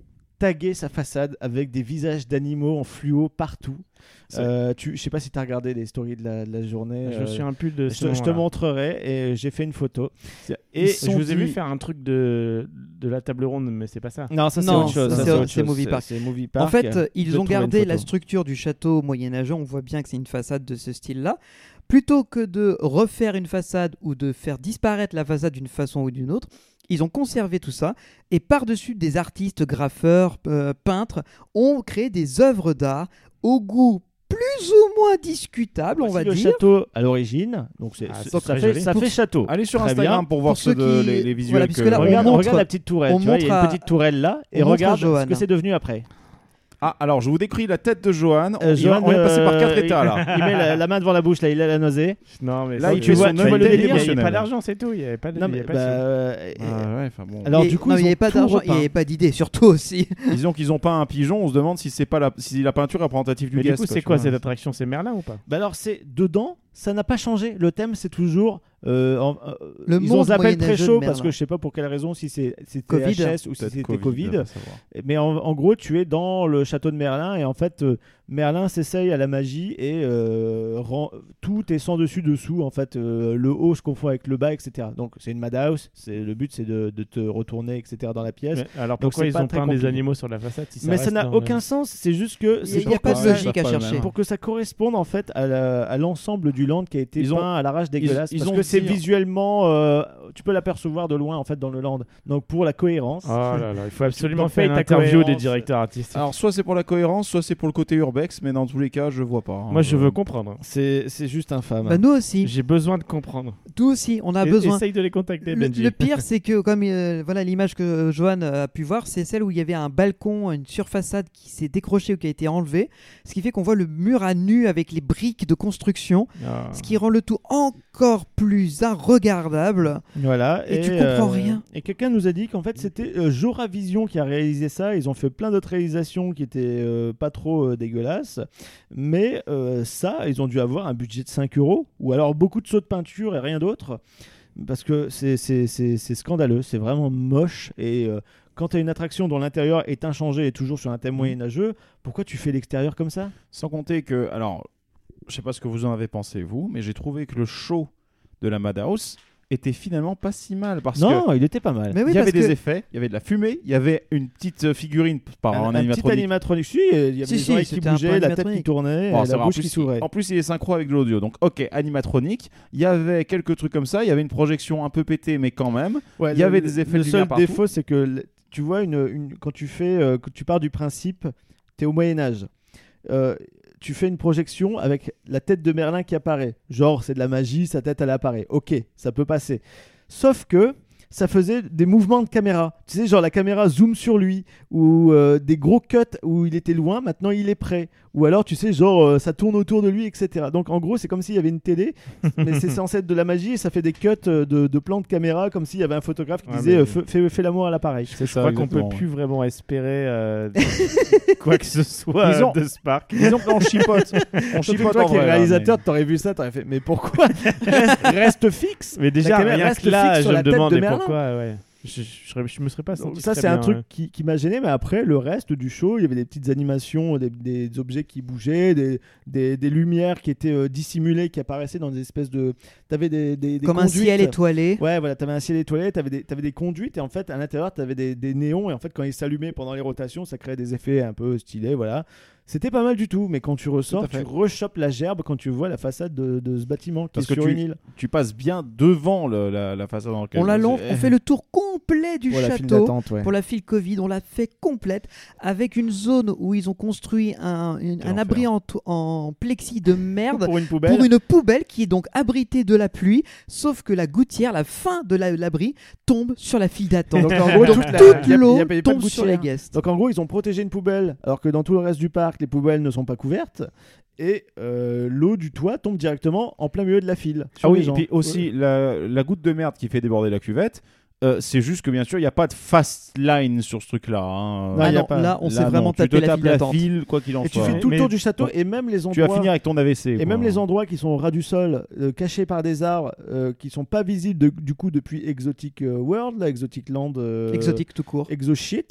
tagué sa façade avec des visages d'animaux en fluo partout. C'est- Euh, tu, je sais pas si tu as regardé les stories de la, de la journée. Je euh, suis un pull de je, ce te- je te moment-là. montrerai et j'ai fait une photo. Et Et Je vous ai vu faire un truc de, de la table ronde, mais c'est pas ça. Non, ça c'est Non, autre chose. ça, ça, c'est- autre c'est chose. Movie Park. C'est Movie En Park. fait, Je ils vais ont trouver une gardé la photo. structure du château moyenâgeux. On voit bien que c'est une façade de ce style-là. Plutôt que de refaire une façade ou de faire disparaître la façade d'une façon ou d'une autre, ils ont conservé tout ça et par-dessus, des artistes, graffeurs, euh, peintres ont créé des œuvres d'art au goût plus ou moins discutable, on Voici va le dire. château à l'origine. Donc c'est, Ah, c'est- c'est ça, très fait, joli. ça Pour- fait château. Allez sur Très Instagram bien. pour voir Pour ceux ceux de- qui- les, les visuels. voilà, puisque que- là, on Regarde, montre- regarde la petite tourelle. on Tu vois, il y a montre une à- petite tourelle là. Et on montre à regarde ce Johan. que c'est devenu après. Ah, alors je vous décris la tête de Johan. Euh, On- Johan, on est passé par quatre euh, états là. Il, il met la, la main devant la bouche là. Il a la nausée. Non, mais Là, ça, il tu fait vois, son tu vois le œil délire, il n'y a émotionnel. pas d'argent, c'est tout. Il n'y avait pas de. Non, il y mais, avait pas bah, de- euh, Ah ouais, enfin bon. Alors Et- du coup, non, ils il n'y ont avait pas tout d'argent, il n'y repeint. avait pas d'idée, surtout aussi. Disons qu'ils ont pas un pigeon, on se demande si c'est pas la, si la peinture est représentative du Mais du guest. coup, c'est tu quoi vois. cette attraction? C'est Merlin ou pas? Bah alors c'est dedans, ça n'a pas changé. Le thème c'est toujours. Euh, en- euh, Le ils ont monde zappé très moyenâgeux chaud de parce Merlin. que je sais pas pour quelle raison, si c'est c'était Covid. H S ou si Peut-être c'était Covid, Covid. on va savoir. Mais en, en gros, tu es dans le château de Merlin et en fait, euh, Merlin s'essaye à la magie et euh, rend, tout est sans dessus dessous. En fait, euh, le haut se confond avec le bas, et cetera. Donc c'est une madhouse. C'est le but, c'est de, de te retourner, et cetera. Dans la pièce. Mais alors Donc, pourquoi c'est ils pas ont très peint des compliqué. animaux sur la façade si ça Mais ça reste n'a dans aucun le- sens. C'est juste que Il c'est n'y a, pour, pas que de ça- logique à pas le chercher. même. pour que ça corresponde en fait à, la- à l'ensemble du land qui a été Ils ont- peint à l'arrache dégueulasse. ils parce ont que c'est dit- visuellement, euh, tu peux l'apercevoir de loin en fait dans le land. Donc pour la cohérence. Oh là là, il faut absolument Donc, faire paye une ta interview des cohérence. directeurs artistiques. Alors soit c'est pour la cohérence, soit c'est pour le côté urbex, mais dans tous les cas, je vois pas. hein. Moi, je veux comprendre. C'est c'est juste infâme. Bah, nous aussi, J'ai besoin de comprendre. nous aussi, on a Et- besoin. Essaye de les contacter, Le, Benji. le pire, c'est que comme euh, voilà l'image que Johan a pu voir, c'est celle où il y avait un balcon, une surfaçade qui s'est décrochée ou qui a été enlevée, ce qui fait qu'on voit le mur à nu avec les briques de construction, Ah. ce qui rend le tout encore plus regardable. Voilà. Et tu comprends rien. Et quelqu'un nous a dit qu'en fait c'était euh, Jora Vision qui a réalisé ça. Ils ont fait plein d'autres réalisations qui étaient euh, pas trop euh, dégueulasses, mais euh, ça, ils ont dû avoir un budget de cinq euros ou alors beaucoup de sauts de peinture et rien d'autre, parce que c'est c'est- c'est- c'est scandaleux, c'est vraiment moche. Et euh, quand tu as une attraction dont l'intérieur est inchangé et toujours sur un thème moyenâgeux, pourquoi tu fais l'extérieur comme ça? Sans compter que, alors, je sais pas ce que vous en avez pensé vous, mais j'ai trouvé que le show de la Madhouse était finalement pas si mal parce que Non, il était pas mal. Mais oui, il y avait parce des que- effets, il y avait de la fumée, il y avait une petite figurine par un, un, un petit animatronique. animatronique. Si, il y avait Si, des si, oreilles qui c'était un peu bougeaient, la tête qui animatronique. tournait, Bon, et ça la va, en bouche plus, qui s'ouvrait. En plus, il est synchro avec de l'audio. Donc, ok, animatronique. Il y avait quelques trucs comme ça. Il y avait une projection un peu pétée, mais quand même. Ouais, il y le- avait des effets Le de seul lumière partout. défaut, c'est que le- tu vois, une, une- quand tu fais, euh, que tu pars du principe, tu es au Moyen-Âge. Euh, tu fais une projection avec la tête de Merlin qui apparaît. Genre, c'est de la magie, sa tête, elle apparaît. Ok, ça peut passer. Sauf que ça faisait des mouvements de caméra. Tu sais, genre la caméra zoom sur lui, ou euh, des gros cuts où il était loin, maintenant il est près. Ou alors, tu sais, genre, euh, ça tourne autour de lui, et cetera. Donc, en gros, c'est comme s'il y avait une télé, mais c'est censé être de la magie, et ça fait des cuts euh, de, de plans de caméra, comme s'il y avait un photographe qui Ouais, disait mais- euh, fais, fais- fais l'amour à l'appareil. C'est Je crois qu'on peut plus vraiment espérer euh, quoi que ce soit Disons- de ce parc. Disons qu'on chipote. On Surtout chipote toi en qui es vrai, là, réalisateur, mais- t'aurais vu ça, t'aurais fait mais pourquoi reste, reste fixe. Mais déjà, La caméra rien reste que là, fixe je sur me la tête demande de mais Merlin. pourquoi. Ouais. Je, je, serais- je me serais pas Donc senti ça très c'est un bien, truc ouais. qui, qui m'a gêné, mais après le reste du show, il y avait des petites animations, des, des objets qui bougeaient, des, des, des lumières qui étaient euh, dissimulées, qui apparaissaient dans des espèces de... T'avais des, des, des Comme un conduites. ciel étoilé. Ouais, voilà, t'avais un ciel étoilé, t'avais des, t'avais des conduites, et en fait, à l'intérieur, t'avais des, des néons, et en fait, quand ils s'allumaient pendant les rotations, ça créait des effets un peu stylés, voilà. C'était pas mal du tout, mais quand tu ressors, Tout à fait. tu rechopes la gerbe quand tu vois la façade de, de ce bâtiment qui Parce est que sur tu- une île. Tu passes bien devant le- la, la façade dans laquelle On l'allonge, c'est- on fait le tour complet du Voilà, file château. d'attente, ouais. Pour la file Covid, on l'a fait complète avec une zone où ils ont construit un, une- Quel un enfer. abri en, to- en plexi de merde Pour une poubelle. pour une poubelle qui est donc abritée de la pluie, sauf que la gouttière, la fin de la- l'abri, tombe sur la file d'attente. Donc en gros, Donc, toute la- toute il y a- l'eau il y a pas de tombe sur les gouttière. guests. Donc en gros, ils ont protégé une poubelle, alors que dans tout le reste du parc, les poubelles ne sont pas couvertes. Et euh, l'eau du toit tombe directement en plein milieu de la file. sur Ah les oui, et gens. puis aussi la, la goutte de merde qui fait déborder la cuvette. euh, c'est juste que bien sûr, il n'y a pas de fast line sur ce truc-là. hein. Non, Ah il y a non, pas. là, on Là, s'est vraiment non, tu tapé te la tapes file d'attente. file, quoi qu'il en Et tu soit. fais tout le Mais- tour du château, donc, et même les Tu vas endroits... finir avec ton A V C. Et quoi. même les endroits qui sont au ras du sol, euh, cachés par des arbres, euh, qui sont pas visibles de- du coup depuis Exotic euh, World, là, Exotic Land, euh, Exotique tout court. Exo Shit,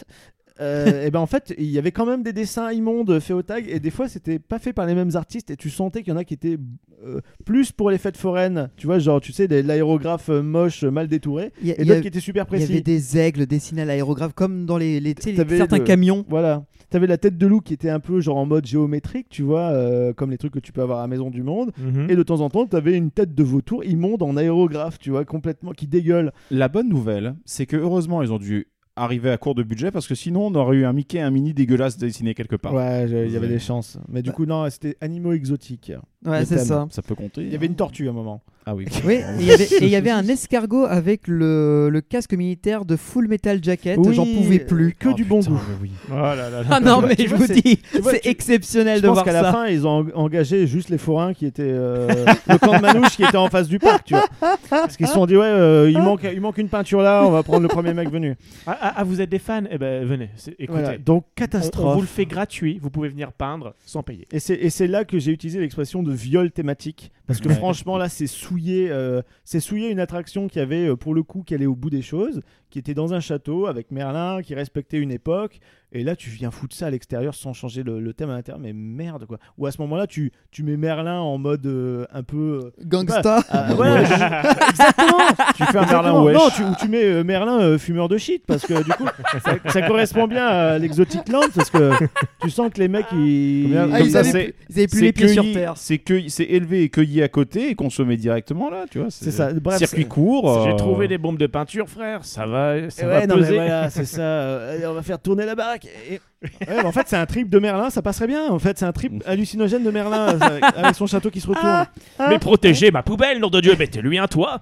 euh, et ben en fait, il y avait quand même des dessins immondes faits au tag, et des fois, c'était pas fait par les mêmes artistes, et tu sentais qu'il y en a qui étaient euh, plus pour les fêtes foraines, tu vois, genre, tu sais, de l'aérographe moche, mal détouré, Il y a- et il y d'autres a- qui étaient super Il y précis. avait des aigles dessinés à l'aérographe, comme dans les, les, tu sais, les- T'avais certains le- camions. Voilà. T'avais la tête de loup qui était un peu genre en mode géométrique, tu vois, euh, comme les trucs que tu peux avoir à la Maison du Monde. Mhm. Et de temps en temps, t'avais une tête de vautour immonde en aérographe, tu vois, complètement, qui dégueule. La bonne nouvelle, c'est que heureusement, ils ont dû arriver à court de budget parce que sinon, on aurait eu un Mickey et un Mini dégueulasse dessiné quelque part. Ouais, je- il y avait Ouais. des chances. Mais du Bah. coup, non, c'était animaux exotiques. Ouais, Le c'est thème. ça. Ça peut compter. Il y avait une tortue à un moment. Ah oui. Oui, et il y avait- et il y avait un escargot avec le, le casque militaire de Full Metal Jacket. Oui, J'en pouvais plus. Que Oh, du bon putain, goût. mais oui. Oh là là là. Ah non, vois- mais tu je vois, vous c'est- dis, tu vois, c'est tu- exceptionnel Je de pense voir qu'à la ça. fin, ils ont engagé juste les forains qui étaient euh, le camp de Manouche qui était en face du parc, tu vois. Parce qu'ils se sont dit, ouais, euh, il, manque, il manque une peinture là, on va prendre le premier mec venu. Ah, ah, ah, vous êtes des fans? Eh ben venez, c'est- écoutez. Voilà, donc, On, catastrophe. on vous le fait gratuit, vous pouvez venir peindre sans payer. Et c'est, et c'est là que j'ai utilisé l'expression de viol thématique. Parce que Ouais. franchement, là, c'est souiller, euh, c'est souiller une attraction qui avait, euh, pour le coup, qui allait au bout des choses, qui était dans un château avec Merlin, qui respectait une époque. Et là, tu viens foutre ça à l'extérieur sans changer le, le thème à l'intérieur. Mais merde, quoi. Ou à ce moment-là, tu, tu mets Merlin en mode euh, un peu. euh, Gangsta. ah, ouais, exactement. Tu fais un Exactement. Merlin wesh. Non, tu, ou tu mets euh, Merlin euh, fumeur de shit parce que du coup, ça, ça correspond bien à l'Exotic Land parce que tu sens que les mecs ils. Combien- Ah, Comme ils, ça, avaient c'est- plus, ils avaient plus C'est les pieds sur cueilli- terre. C'est cueilli- c'est élevé et cueilli à côté et consommé directement là, tu vois. C'est ça. Bref, Circuit c'est- court. J'ai euh, trouvé des bombes de peinture, frère. Ça va, ça Ouais, va non, mais peser. voilà, c'est ça. Euh, allez, on va faire tourner la baraque. Et- Ouais, mais en fait, c'est un trip de Merlin, ça passerait bien. En fait, c'est un trip hallucinogène de Merlin euh, avec, avec son château qui se retourne. Mais protégez ma poubelle, nom de Dieu, mettez-lui un toit.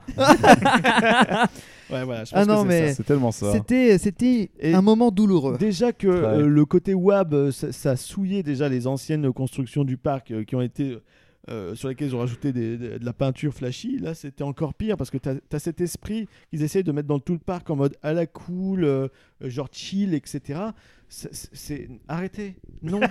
Ouais, voilà. Je pense Ah non, que c'est mais ça. C'est tellement ça. c'était, c'était Et- un moment douloureux. Déjà que euh, le côté wab, euh, ça, ça souillait déjà les anciennes constructions du parc euh, qui ont été. euh, sur lesquelles ils ont rajouté des- des- de la peinture flashy. Là, c'était encore pire parce que tu as cet esprit qu'ils essayent de mettre dans tout le parc en mode à la cool, euh, genre chill, et cetera. C'est- C'est c'est- arrêtez, non,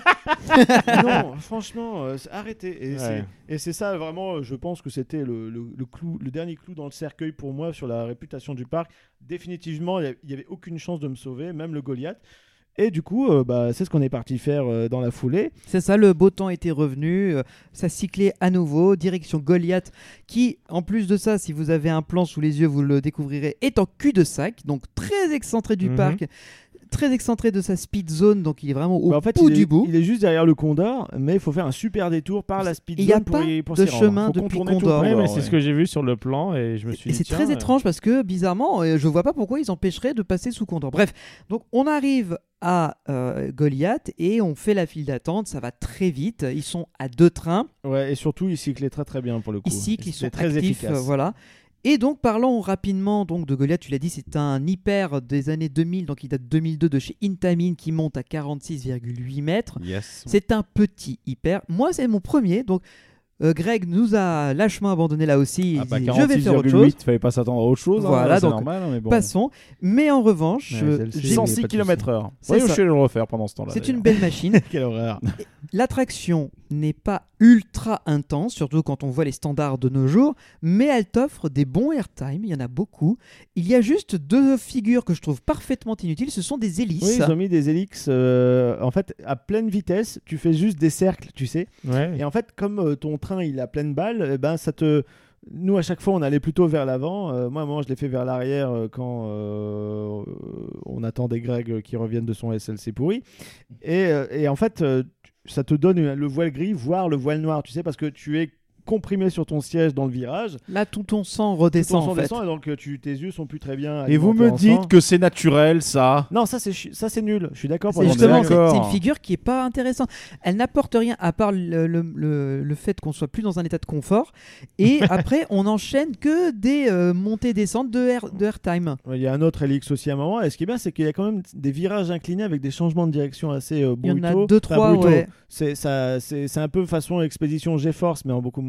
non, franchement, euh, c'est- arrêtez. Et Ouais. c'est- et c'est ça vraiment. euh, Je pense que c'était le, le, le clou, le dernier clou dans le cercueil pour moi sur la réputation du parc. Définitivement, il n'y avait aucune chance de me sauver, même le Goliath. Et du coup, euh, bah, c'est ce qu'on est parti faire euh, dans la foulée. C'est ça, le beau temps était revenu, euh, ça cyclait à nouveau, direction Goliath, qui, en plus de ça, si vous avez un plan sous les yeux, vous le découvrirez, est en cul-de-sac, donc très excentré du Mhm. parc, très excentré de sa speed zone, donc il est vraiment au Bah, en fait, bout il du est, bout. il est juste derrière le Condor, mais il faut faire un super détour par la speed Il y a zone pour pas y pour de s'y rendre. chemin Faut depuis contourner tout Condor. le Ouais, Condor, mais c'est ouais. ce que j'ai vu sur le plan et je me suis Et dit. c'est tiens, très euh, étrange parce que bizarrement, euh, je vois pas pourquoi ils empêcheraient de passer sous Condor. Bref, donc on arrive à euh, Goliath et on fait la file d'attente, ça va très vite. Ils sont à deux trains. Ouais, et surtout, il cyclait très très bien pour le coup. Ils cyclent, ils C'était sont très actifs, efficace. euh, voilà. Et donc parlons rapidement donc de Goliath, tu l'as dit, c'est un hyper des années deux mille, donc il date de deux mille deux de chez Intamin qui monte à quarante-six virgule huit mètres. Yes. C'est un petit hyper. Moi, c'est mon premier, donc euh, Greg nous a lâchement abandonné là aussi. Il Ah bah, dit, je vais faire autre chose. quarante-six virgule huit, fallait pas s'attendre à autre chose. hein, Voilà, c'est donc, normal, hein, mais bon. Passons. Mais en revanche, Ouais, euh, celle-ci, j'ai- c'est- cent pas six de kilomètres heure. C'est Oui, ça. je suis allé le refaire pendant ce temps-là. c'est une d'ailleurs. belle machine. Quelle horreur. L'attraction n'est pas ultra intense, surtout quand on voit les standards de nos jours, mais elle t'offre des bons airtime, il y en a beaucoup. Il y a juste deux figures que je trouve parfaitement inutiles, ce sont des hélices. Oui, ils ont mis des hélix. euh, en fait, à pleine vitesse, tu fais juste des cercles, tu sais. Ouais. Et en fait, comme euh, ton train il a pleine balle, eh ben ça te. Nous, à chaque fois, on allait plutôt vers l'avant. Euh, moi, à un moment, je l'ai fait vers l'arrière euh, quand euh, on attendait Greg qui revienne de son S L C pourri. Et, euh, et en fait, euh, ça te donne le voile gris, voire le voile noir, tu sais, parce que tu es comprimé sur ton siège dans le virage. Là, tout ton sang Tout redescend ton sang en fait. descend, et donc euh, tu, tes yeux sont plus très bien. Et vous alimentés me en dites sang. que c'est naturel, ça. Non, ça c'est chi- ça c'est nul. Je suis d'accord. pour C'est le Justement, justement, dire. c'est d'accord. c'est une figure qui est pas intéressante. Elle n'apporte rien à part le, le, le, le fait qu'on soit plus dans un état de confort. Et après, on enchaîne que des euh, montées-descentes de, air, de airtime. Ouais, il y a un autre Helix aussi à un moment. Et ce qui est bien, c'est qu'il y a quand même des virages inclinés avec des changements de direction assez euh, Il y brutaux. en a deux, Enfin, trois, brutaux. ouais. C'est ça, c'est c'est un peu façon expédition GeForce, mais en beaucoup moins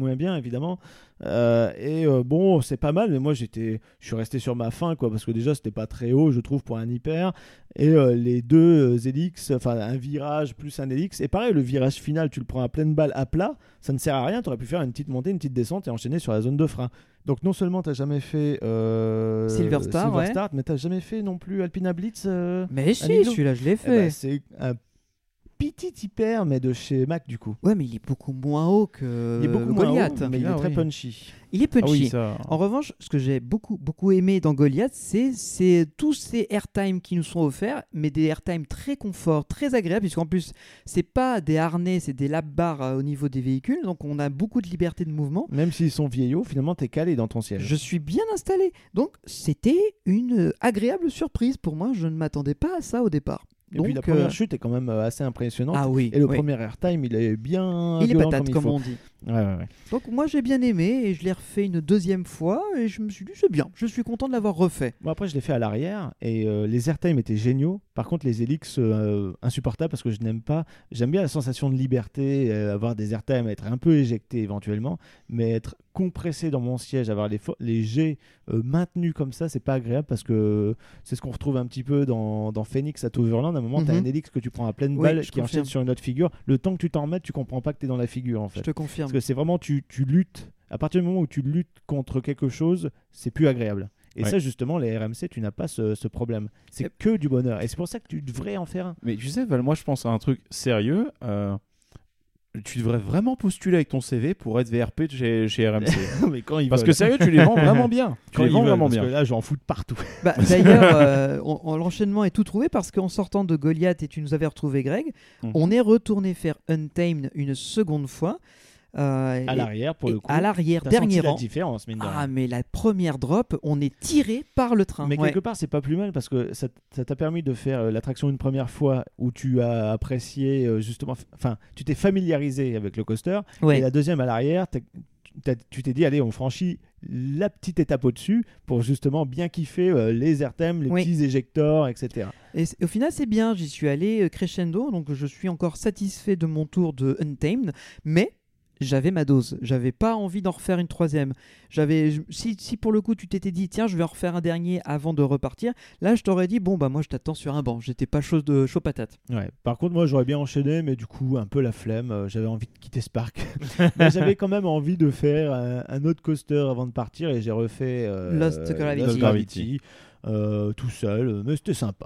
moins bien évidemment. Euh, et euh, bon, c'est pas mal, mais moi j'étais, je suis resté sur ma faim quoi, parce que déjà c'était pas très haut, je trouve, pour un hyper. Et euh, les deux euh, hélix, enfin un virage plus un hélix. Et pareil, le virage final, tu le prends à pleine balle à plat, ça ne sert à rien. Tu aurais pu faire une petite montée, une petite descente et enchaîner sur la zone de frein. Donc non seulement t'as jamais fait euh, Silver Star, Silver ouais. Star, mais t'as jamais fait non plus Alpina Blitz. euh, Mais si, Amigo. celui-là, je l'ai Eh fait. ben, c'est un petit hyper, mais de chez Mac du coup. Ouais, mais il est beaucoup moins haut que Il est beaucoup moins Goliath. haut, mais il Ah est très oui. punchy. Il est punchy. Ah oui, ça. En revanche, ce que j'ai beaucoup, beaucoup aimé dans Goliath, c'est, c'est tous ces airtime qui nous sont offerts, mais des airtime très confort, très agréables, puisqu'en plus, c'est pas des harnais, c'est des lap bars euh, au niveau des véhicules, donc on a beaucoup de liberté de mouvement. Même s'ils sont vieillots, finalement t'es calé dans ton siège. Je suis bien installé. Donc, c'était une agréable surprise pour moi. Je ne m'attendais pas à ça au départ. Et donc, puis la première euh, chute est quand même euh, assez impressionnante. Ah oui. Et le oui. premier airtime, il est bien. Il est violent patate, comme, comme, il faut. on dit. Ouais, ouais, ouais. Donc, moi, j'ai bien aimé et je l'ai refait une deuxième fois et je me suis dit, c'est bien. Je suis content de l'avoir refait. Bon, après, je l'ai fait à l'arrière et euh, les airtime étaient géniaux. Par contre, les hélix, euh, insupportables parce que je n'aime pas. J'aime bien la sensation de liberté, euh, avoir des airtime, être un peu éjecté éventuellement, mais être compressé dans mon siège, avoir les, fo- les jets euh, maintenus comme ça, c'est pas agréable parce que c'est ce qu'on retrouve un petit peu dans, dans Phoenix at Overland. À un moment, Mhm. tu as un hélix que tu prends à pleine Oui, balle je qui confirme. enchaîne sur une autre figure. Le temps que tu t'en remettes, tu comprends pas que tu es dans la figure en fait. Je te confirme. Parce que c'est vraiment, tu, tu luttes. À partir du moment où tu luttes contre quelque chose, c'est plus agréable. Et Ouais. ça, justement, les R M C, tu n'as pas ce, ce problème. C'est Yep. que du bonheur. Et c'est pour ça que tu devrais en faire un. Mais tu sais, Val, moi je pense à un truc sérieux. euh, Tu devrais vraiment postuler avec ton C V pour être V R P de chez, chez R M C. Mais quand ils Parce veulent. que sérieux, tu les vends vraiment bien. Tu Quand les ils vends veulent, vraiment parce bien. que là, j'en fous de partout. Bah, d'ailleurs, euh, on- on- l'enchaînement est tout trouvé parce qu'en sortant de Goliath et tu nous avais retrouvé Greg, Mhm. on est retourné faire Untamed une seconde fois. euh, À et- l'arrière, pour et le coup. à l'arrière, T'as dernier senti la rang. différence, mine de Ah, rien. mais la première drop, on est tiré par le train. Mais Ouais. quelque part, c'est pas plus mal parce que ça, ça t'a permis de faire euh, l'attraction une première fois où tu as apprécié euh, justement, enfin, tu t'es familiarisé avec le coaster. Ouais. Et la deuxième à l'arrière, t'as- t'as- tu t'es dit, allez, on franchit la petite étape au-dessus pour justement bien kiffer euh, les airtime, les Oui. petits éjecteurs, et cetera. Et c- au final, c'est bien. J'y suis allé euh, crescendo, donc je suis encore satisfait de mon tour de Untamed, mais j'avais ma dose. J'avais pas envie d'en refaire une troisième. J'avais, je- si, si pour le coup tu t'étais dit tiens, je vais en refaire un dernier avant de repartir, là je t'aurais dit bon bah moi je t'attends sur un banc. J'étais pas chaud de chaud patate. Ouais. Par contre, moi, j'aurais bien enchaîné, mais du coup, un peu la flemme. euh, J'avais envie de quitter ce parc. Mais j'avais quand même envie de faire un, un autre coaster avant de partir et j'ai refait euh, Lost Gravity. Lost Gravity, euh, tout seul, mais c'était sympa.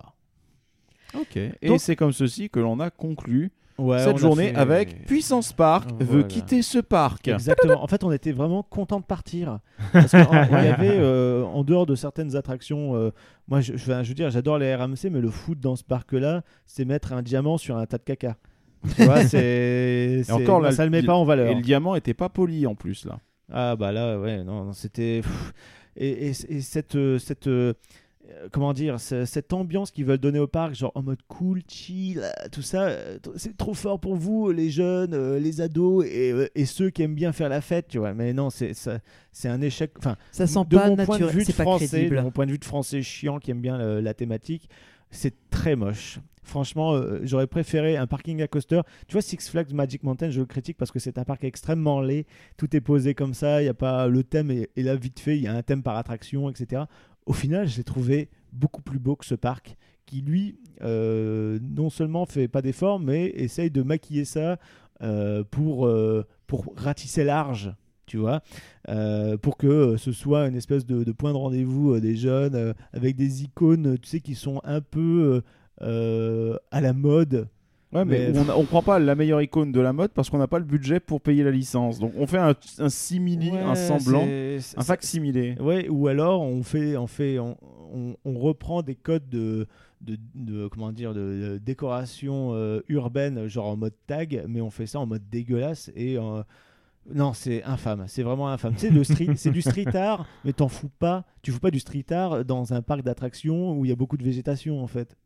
Ok. Et Donc- c'est comme ceci que l'on a conclu Ouais, on cette a journée fait- avec Puissance Park Oh, veut voilà. quitter ce parc. Exactement. En fait, on était vraiment content de partir. Parce qu'il y avait, euh, en dehors de certaines attractions, euh, moi, je, je, je veux dire, j'adore les R M C, mais le foot dans ce parc-là, c'est mettre un diamant sur un tas de caca. Tu vois, c'est. c'est- encore, moi, là, ça le met le- pas en valeur. Et le diamant était pas poli en plus là. Ah, bah là, ouais, non, non, c'était. pff. Et, et, et cette. euh, cette euh, euh, comment dire, ce- cette ambiance qu'ils veulent donner au parc, genre en mode cool, chill, euh, tout ça, euh, t- c'est trop fort pour vous, les jeunes, euh, les ados et, euh, et ceux qui aiment bien faire la fête, tu vois. Mais non, c'est ça- c'est un échec. Enfin, Ça sent de pas mon point de naturel, vue de c'est pas français, crédible. de mon point de vue de français chiant qui aime bien le- la thématique, c'est très moche. Franchement, euh, j'aurais préféré un parking à coaster. Tu vois, Six Flags Magic Mountain, je le critique parce que c'est un parc extrêmement laid. Tout est posé comme ça. Il y a pas le thème est, est là vite fait. Il y a un thème par attraction, et cetera. Au final, je l'ai trouvé beaucoup plus beau que ce parc, qui lui, euh, non seulement fait pas d'efforts, mais essaye de maquiller ça euh, pour euh, pour ratisser large. Tu vois, euh, pour que euh, ce soit une espèce de, de point de rendez-vous euh, des jeunes euh, avec des icônes, tu sais, qui sont un peu euh, euh, à la mode. Ouais, mais, Mais- on, a- on prend pas la meilleure icône de la mode parce qu'on n'a pas le budget pour payer la licence. Donc on fait un, un simili, Ouais, un semblant, c'est- c'est- un facsimilé. Ouais, ou alors on fait, on fait, on, on, on reprend des codes de, de, de- comment dire, de, de décoration euh, urbaine, genre en mode tag, mais on fait ça en mode dégueulasse et euh, non, c'est infâme, c'est vraiment infâme. Tu sais, le street, c'est du street art, mais t'en fous pas. Tu fous pas du street art dans un parc d'attractions où il y a beaucoup de végétation en fait.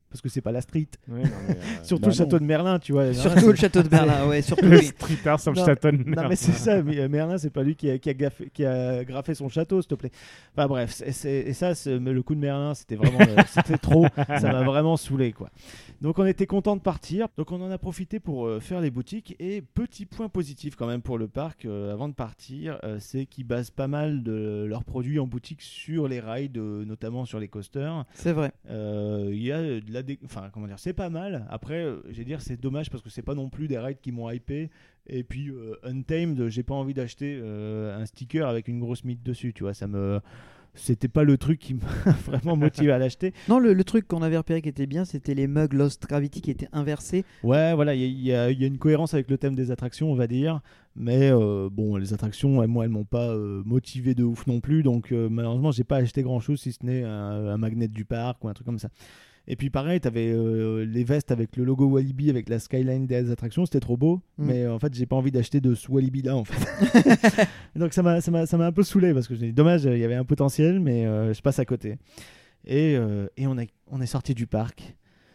parce que c'est pas la street. Ouais, non, mais, euh, Surtout bah le château non. de Merlin, tu vois. Surtout le château de Berlin, ouais, surtout le lui. street art sur le Non, château de Non, Merlin. mais c'est ça, mais, euh, Merlin, c'est pas lui qui a, qui a, gaffé- qui a graffé son château, s'il te plaît. Enfin bref, c'est, c'est- et ça, c'est- mais le coup de Merlin, c'était vraiment euh, c'était trop, ça m'a vraiment saoulé, quoi. Donc on était content de partir, donc on en a profité pour euh, faire les boutiques, et petit point positif quand même pour le parc, euh, avant de partir, euh, c'est qu'ils basent pas mal de leurs produits en boutique sur les rides, euh, notamment sur les coasters. C'est vrai. Euh, Il y a de la dé- enfin comment dire, c'est pas mal. Après, euh, j'ai dire c'est dommage parce que c'est pas non plus des rides qui m'ont hypé. Et puis euh, Untamed, j'ai pas envie d'acheter euh, un sticker avec une grosse mythe dessus, tu vois, ça me c'était pas le truc qui m'a vraiment motivé à l'acheter. Non, le, le truc qu'on avait repéré qui était bien, c'était les mugs Lost Gravity qui étaient inversés. Ouais, voilà, il y, a- il y a- il y a une cohérence avec le thème des attractions, on va dire. Mais euh, bon, les attractions, elles, moi, elles m'ont pas euh, motivé de ouf non plus. Donc euh, malheureusement, j'ai pas acheté grand chose si ce n'est un, un magnet du parc ou un truc comme ça. Et puis pareil, t'avais euh, les vestes avec le logo Walibi avec la skyline des attractions, c'était trop beau. Mm. Mais euh, en fait, j'ai pas envie d'acheter de ce Walibi là en fait. Donc ça m'a, ça m'a, ça m'a un peu saoulé parce que je me dis dommage, il y avait un potentiel, mais euh, je passe à côté. Et, euh, et on, a, on est sorti du parc.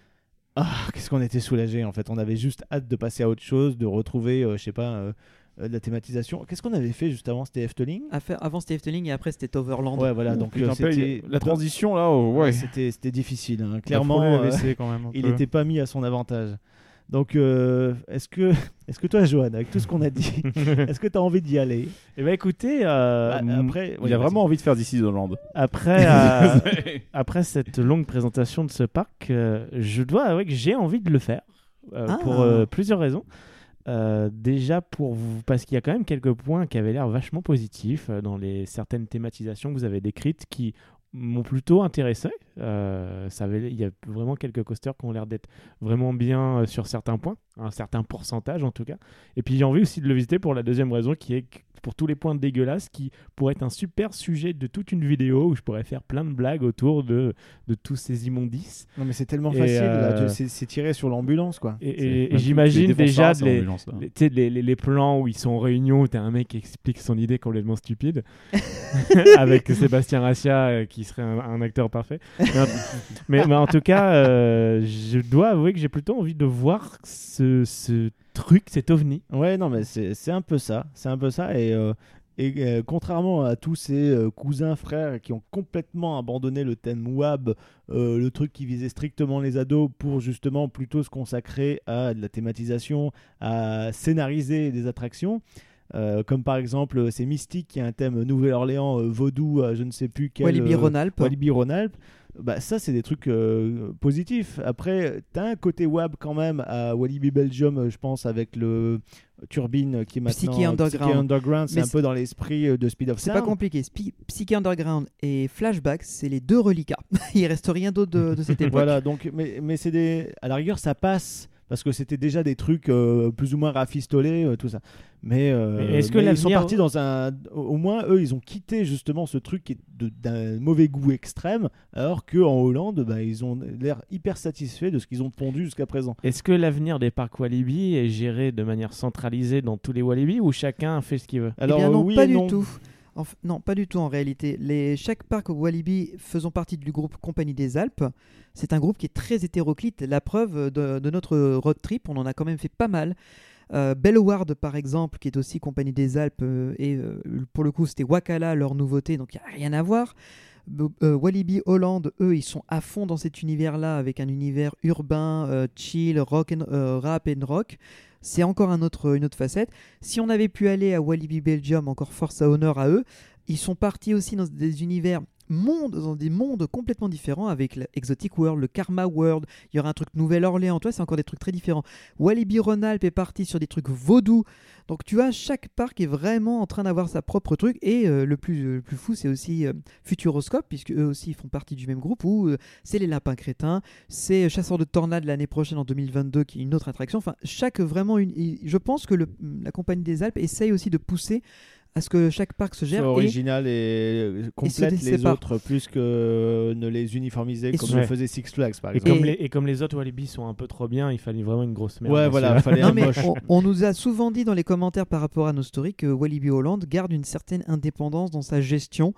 Ah, qu'est-ce qu'on était soulagés en fait. On avait juste hâte de passer à autre chose, de retrouver, euh, je sais pas, euh, euh, de la thématisation. Qu'est-ce qu'on avait fait juste avant? C'était Efteling? À faire, avant c'était Efteling et après c'était Overland. Ouais, voilà. Donc Putain, euh, c'était la transition là, oh, ouais. C'était, c'était difficile. hein. Clairement, Clairement, euh, quand même. un il peu. n'était pas mis à son avantage. Donc, euh, est-ce que, est-ce que toi, Johan, avec tout ce qu'on a dit, est-ce que tu as envie d'y aller? Eh ben écoutez, euh, Bah, m- après, Il a vraiment envie de faire d'ici Hollande. après, euh, après cette longue présentation de ce parc, euh, je dois avouer que j'ai envie de le faire euh, Ah. pour euh, plusieurs raisons. Euh, déjà pour vous, parce qu'il y a quand même quelques points qui avaient l'air vachement positifs euh, dans les certaines thématisations que vous avez décrites qui m'ont plutôt intéressé. Euh, ça avait, il y a vraiment quelques coasters qui ont l'air d'être vraiment bien euh, sur certains points, un certain pourcentage en tout cas. Et puis j'ai envie aussi de le visiter pour la deuxième raison qui est que pour tous les points dégueulasses qui pourraient être un super sujet de toute une vidéo où je pourrais faire plein de blagues autour de, de tous ces immondices. Non, mais c'est tellement Et, facile. euh, là. Tu- C'est, c'est tiré sur l'ambulance, quoi. Et, C'est- et- et j'imagine Les déjà défonçards, les, c'est l'ambulance, là. les, tu sais, les, les, les plans où ils sont en réunion, où t'as un mec qui explique son idée complètement stupide, avec Sébastien Rassia euh, qui serait un, un acteur parfait. Mais, mais, mais en tout cas, euh, je dois avouer que j'ai plutôt envie de voir ce, ce truc, cet ovni. Ouais, non, mais c'est, c'est un peu ça. C'est un peu ça. Et, euh, et euh, contrairement à tous ces euh, cousins, frères qui ont complètement abandonné le thème W A B, euh, le truc qui visait strictement les ados pour justement plutôt se consacrer à de la thématisation, à scénariser des attractions. Euh, comme par exemple, c'est Mystique qui a un thème Nouvelle-Orléans, euh, vaudou, euh, je ne sais plus quel. Walibi euh, Rhône-Alpes. Walibi Rhône-Alpes. Bah, ça, c'est des trucs euh, positifs. Après, tu as un côté W A B quand même à Walibi Belgium, euh, je pense, avec le Turbine qui est maintenant Psyché Underground. Psyché Underground. C'est Mais un peu dans l'esprit euh, de Speed of C'est Sound. pas compliqué. Spi- Psyché Underground et Flashback, c'est les deux reliquats. Il reste rien d'autre de, de cette époque. Voilà, donc, mais, mais c'est des. À la rigueur, ça passe. Parce que c'était déjà des trucs euh, plus ou moins rafistolés, euh, tout ça. Mais, euh, Mais est-ce que mais ils sont l'avenir- partis dans un. Au moins, eux, ils ont quitté justement ce truc qui est de- d'un mauvais goût extrême, alors qu'en Hollande, bah, ils ont l'air hyper satisfaits de ce qu'ils ont pondu jusqu'à présent. Est-ce que l'avenir des parcs Walibi est géré de manière centralisée dans tous les Walibi ou chacun fait ce qu'il veut? Alors, eh bien non, oui pas et du non. tout. En f- non, pas du tout en réalité. Les, chaque parc Walibi faisant partie du groupe Compagnie des Alpes, c'est un groupe qui est très hétéroclite. La preuve de, de notre road trip, on en a quand même fait pas mal. Euh, Bellward, par exemple, qui est aussi Compagnie des Alpes, euh, et euh, pour le coup, c'était Wakala, leur nouveauté, donc il n'y a rien à voir. B- euh, Walibi Hollande, eux, ils sont à fond dans cet univers-là, avec un univers urbain, euh, chill, rock and, euh, rap and rock. C'est encore un autre, une autre facette. Si on avait pu aller à Walibi Belgium, encore force à honneur à eux, ils sont partis aussi dans des univers mondes, dans des mondes complètement différents avec l'Exotic World, le Karma World. Il y aura un truc Nouvelle-Orléans, toi, c'est encore des trucs très différents. Walibi Rhône-Alpes est parti sur des trucs vaudou. Donc tu vois, chaque parc est vraiment en train d'avoir sa propre truc. Et euh, le, plus, euh, le plus fou, c'est aussi euh, Futuroscope, puisque eux aussi font partie du même groupe, où euh, c'est les Lapins Crétins, c'est Chasseurs de Tornades l'année prochaine en deux mille vingt-deux, qui est une autre attraction. Enfin, chaque vraiment, une, je pense que le, la Compagnie des Alpes essaye aussi de pousser à ce que chaque parc se gère. Soit et original et complète se les sépare. autres, plus que ne les uniformiser Et comme se- le faisait Six Flags, par Et exemple. comme, les, et comme les autres Walibi sont un peu trop bien, il fallait vraiment une grosse merde. Ouais, dans voilà, celui-là. fallait Non un mais moche. on, on nous a souvent dit dans les commentaires par rapport à nos stories que Walibi Hollande garde une certaine indépendance dans sa gestion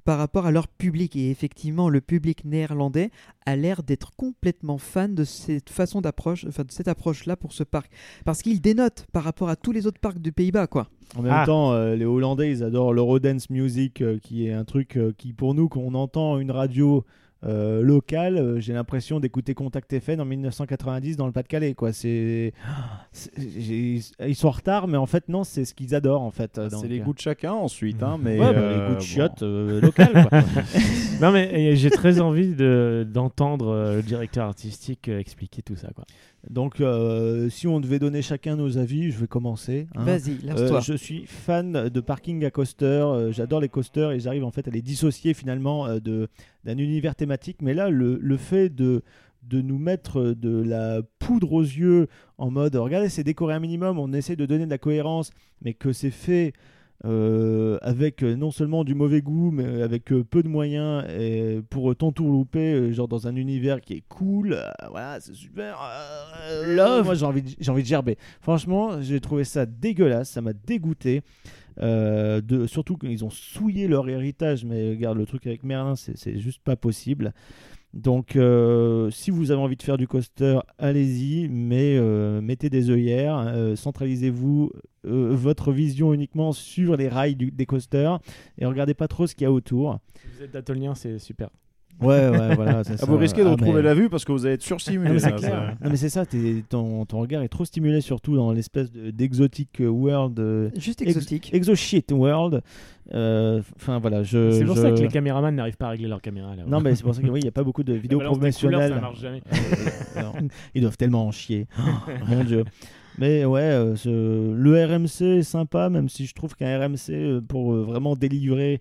par rapport à leur public. Et effectivement, le public néerlandais a l'air d'être complètement fan de cette façon d'approche, enfin de cette approche-là pour ce parc. Parce qu'il dénote par rapport à tous les autres parcs du Pays-Bas, quoi. En même Ah. temps, euh, les Hollandais, ils adorent l'Eurodance Music, euh, qui est un truc euh, qui, pour nous, quand on entend une radio euh, locale, euh, j'ai l'impression d'écouter Contact F M en dix-neuf cent quatre-vingt-dix dans le Pas-de-Calais, quoi. C'est... c'est- j'ai- Ils sont en retard, mais en fait, non, c'est ce qu'ils adorent, en fait. C'est Donc, les euh, goûts de chacun ensuite, hein, mais Ouais, bah, euh, les goûts de bon. chiottes euh, locales, quoi. Non, mais euh, j'ai très envie de, d'entendre euh, le directeur artistique euh, expliquer tout ça, quoi. Donc, euh, si on devait donner chacun nos avis, je vais commencer. hein. Vas-y, Euh, lance-toi. je suis fan de parking à coaster, euh, j'adore les coasters et j'arrive en fait à les dissocier finalement euh, de, d'un univers thématique. Mais là, le, le fait de, de nous mettre de la poudre aux yeux en mode regardez, c'est décoré un minimum, on essaie de donner de la cohérence, mais que c'est fait euh, avec euh, non seulement du mauvais goût, mais avec euh, peu de moyens et pour euh, t'entourlouper, euh, genre dans un univers qui est cool, euh, voilà, c'est super. euh, Love. Moi, j'ai envie, de, j'ai envie de gerber. Franchement, j'ai trouvé ça dégueulasse, ça m'a dégoûté. Euh, de, surtout qu'ils ont souillé leur héritage, mais regarde le truc avec Merlin, c'est, c'est juste pas possible. Donc, euh, si vous avez envie de faire du coaster, allez-y, mais euh, mettez des œillères, euh, centralisez-vous euh, votre vision uniquement sur les rails du- des coasters et regardez pas trop ce qu'il y a autour. Si vous êtes datolien, c'est super. Ouais, ouais, voilà. c'est Ah, ça. vous risquez de Ah, retrouver mais- la vue parce que vous allez être surstimulé. Ah, mais c'est là, clair. ça. Non, mais c'est ça, t'es- ton, ton regard est trop stimulé, surtout dans l'espèce de- d'exotique world. euh, Juste ex- exotique. Exo shit world. Euh, Enfin, voilà. Je, c'est pour je- ça que les caméramans n'arrivent pas à régler leur caméra. Là, Non, mais c'est pour ça qu'il n'y a pas beaucoup de vidéos La balance des couleurs, professionnelles. ça marche jamais. Euh, non. Ils doivent tellement en chier. Oh, mon Dieu. Mais ouais, euh, ce- le R M C est sympa, même si je trouve qu'un R M C, euh, pour euh, vraiment délivrer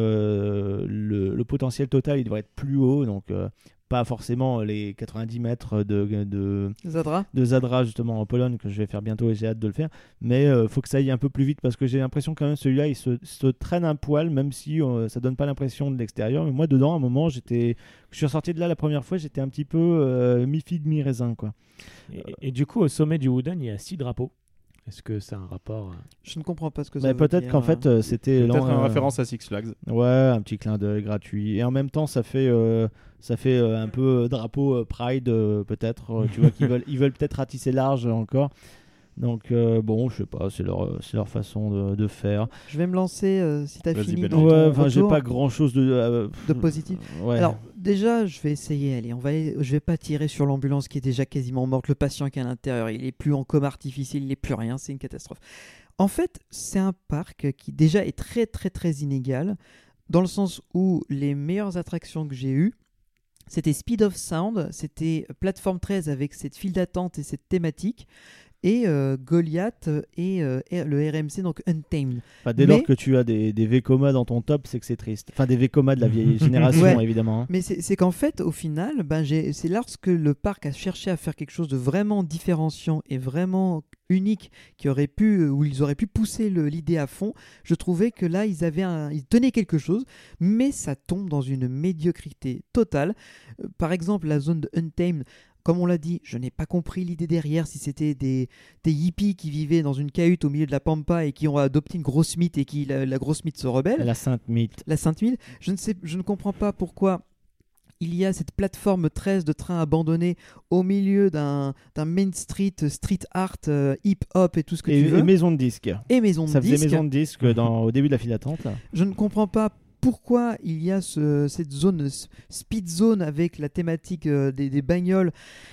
euh, le, le potentiel total, il devrait être plus haut. Donc, euh, pas forcément les quatre-vingt-dix mètres de, de, Zadra. de Zadra, justement, en Pologne, que je vais faire bientôt et j'ai hâte de le faire. Mais il faut que ça aille un peu plus vite parce que j'ai l'impression quand même celui-là, il se, se traîne un poil, même si euh, ça donne pas l'impression de l'extérieur. Mais moi, dedans, à un moment, j'étais... Je suis ressorti de là la première fois, j'étais un petit peu euh, mi-figue, mi-raisin, quoi. Et, et du coup, au sommet du Wooden, il y a six drapeaux. Est-ce que c'est un rapport euh, Je ne comprends pas ce que Mais ça veut peut-être dire. qu'en fait, euh, c'était... Peut-être l'an- en euh, référence à Six Flags. Ouais, un petit clin d'œil gratuit. Et en même temps, ça fait, euh, ça fait euh, un peu euh, drapeau euh, Pride, euh, peut-être. Euh, tu vois qu'ils veulent, ils veulent peut-être ratisser large encore. Donc, euh, bon, je sais pas, c'est leur, c'est leur façon de, de faire. Je vais me lancer euh, si t'as Vas-y, fini. Ben. dans Ouais, ton enfin, j'ai retour pas grand-chose de... euh, de positif. Ouais. Alors déjà, je vais essayer. Allez, on va. Je vais pas tirer sur l'ambulance qui est déjà quasiment morte. Le patient qui est à l'intérieur, il est plus en coma artificiel, il est plus rien. C'est une catastrophe. En fait, c'est un parc qui déjà est très très très inégal, dans le sens où les meilleures attractions que j'ai eues, c'était Speed of Sound, c'était Plateforme treize avec cette file d'attente et cette thématique, et euh, Goliath et, euh, et le R M C, donc Untamed. Enfin, dès mais- lors que tu as des, des V-Coma dans ton top, c'est que c'est triste. Enfin, des V-Coma de la vieille génération, Ouais. évidemment. hein. Mais c'est c'est qu'en fait, au final, ben, j'ai- c'est lorsque le parc a cherché à faire quelque chose de vraiment différenciant et vraiment unique, qui aurait pu, où ils auraient pu pousser le- l'idée à fond, je trouvais que là, ils, avaient un- ils tenaient quelque chose, mais ça tombe dans une médiocrité totale. Euh, Par exemple, la zone de Untamed, comme on l'a dit, je n'ai pas compris l'idée derrière, si c'était des, des hippies qui vivaient dans une cahute au milieu de la pampa et qui ont adopté une grosse mythe et qui la, la grosse mythe se rebelle. La Sainte Mythe. La Sainte-Mille, je ne sais, je ne comprends pas pourquoi il y a cette plateforme treize de trains abandonnés au milieu d'un, d'un Main Street, street art, euh, hip-hop et tout ce que Et, tu veux. et maison de disques. Et maison de Ça faisait disques. maison de disques dans, au début de la file d'attente. là. Je ne comprends pas pourquoi il y a ce- cette zone, s- speed zone avec la thématique euh, des, des bagnoles.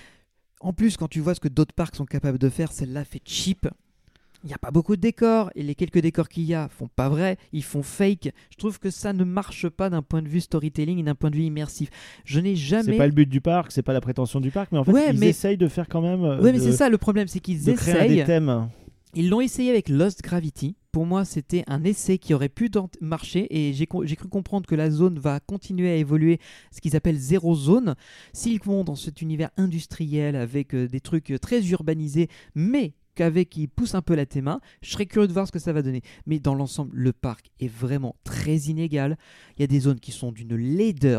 En plus, quand tu vois ce que d'autres parcs sont capables de faire, celle-là fait cheap. Il n'y a pas beaucoup de décors, et les quelques décors qu'il y a font pas vrai, ils font fake. Je trouve que ça ne marche pas d'un point de vue storytelling et d'un point de vue immersif. Je n'ai jamais... C'est pas le but du parc, c'est pas la prétention du parc, mais en fait, Ouais, ils mais- essayent de faire quand même. euh, Ouais, mais de- c'est ça le problème, c'est qu'ils de créer un des essayent. thèmes. Ils l'ont essayé avec Lost Gravity. Pour moi, c'était un essai qui aurait pu dent- marcher et j'ai, co- j'ai cru comprendre que la zone va continuer à évoluer, ce qu'ils appellent zéro zone. S'ils vont dans cet univers industriel avec euh, des trucs euh, très urbanisés, mais qu'avec ils poussent un peu la théma, je serais curieux de voir ce que ça va donner. Mais dans l'ensemble, le parc est vraiment très inégal. Il y a des zones qui sont d'une laideur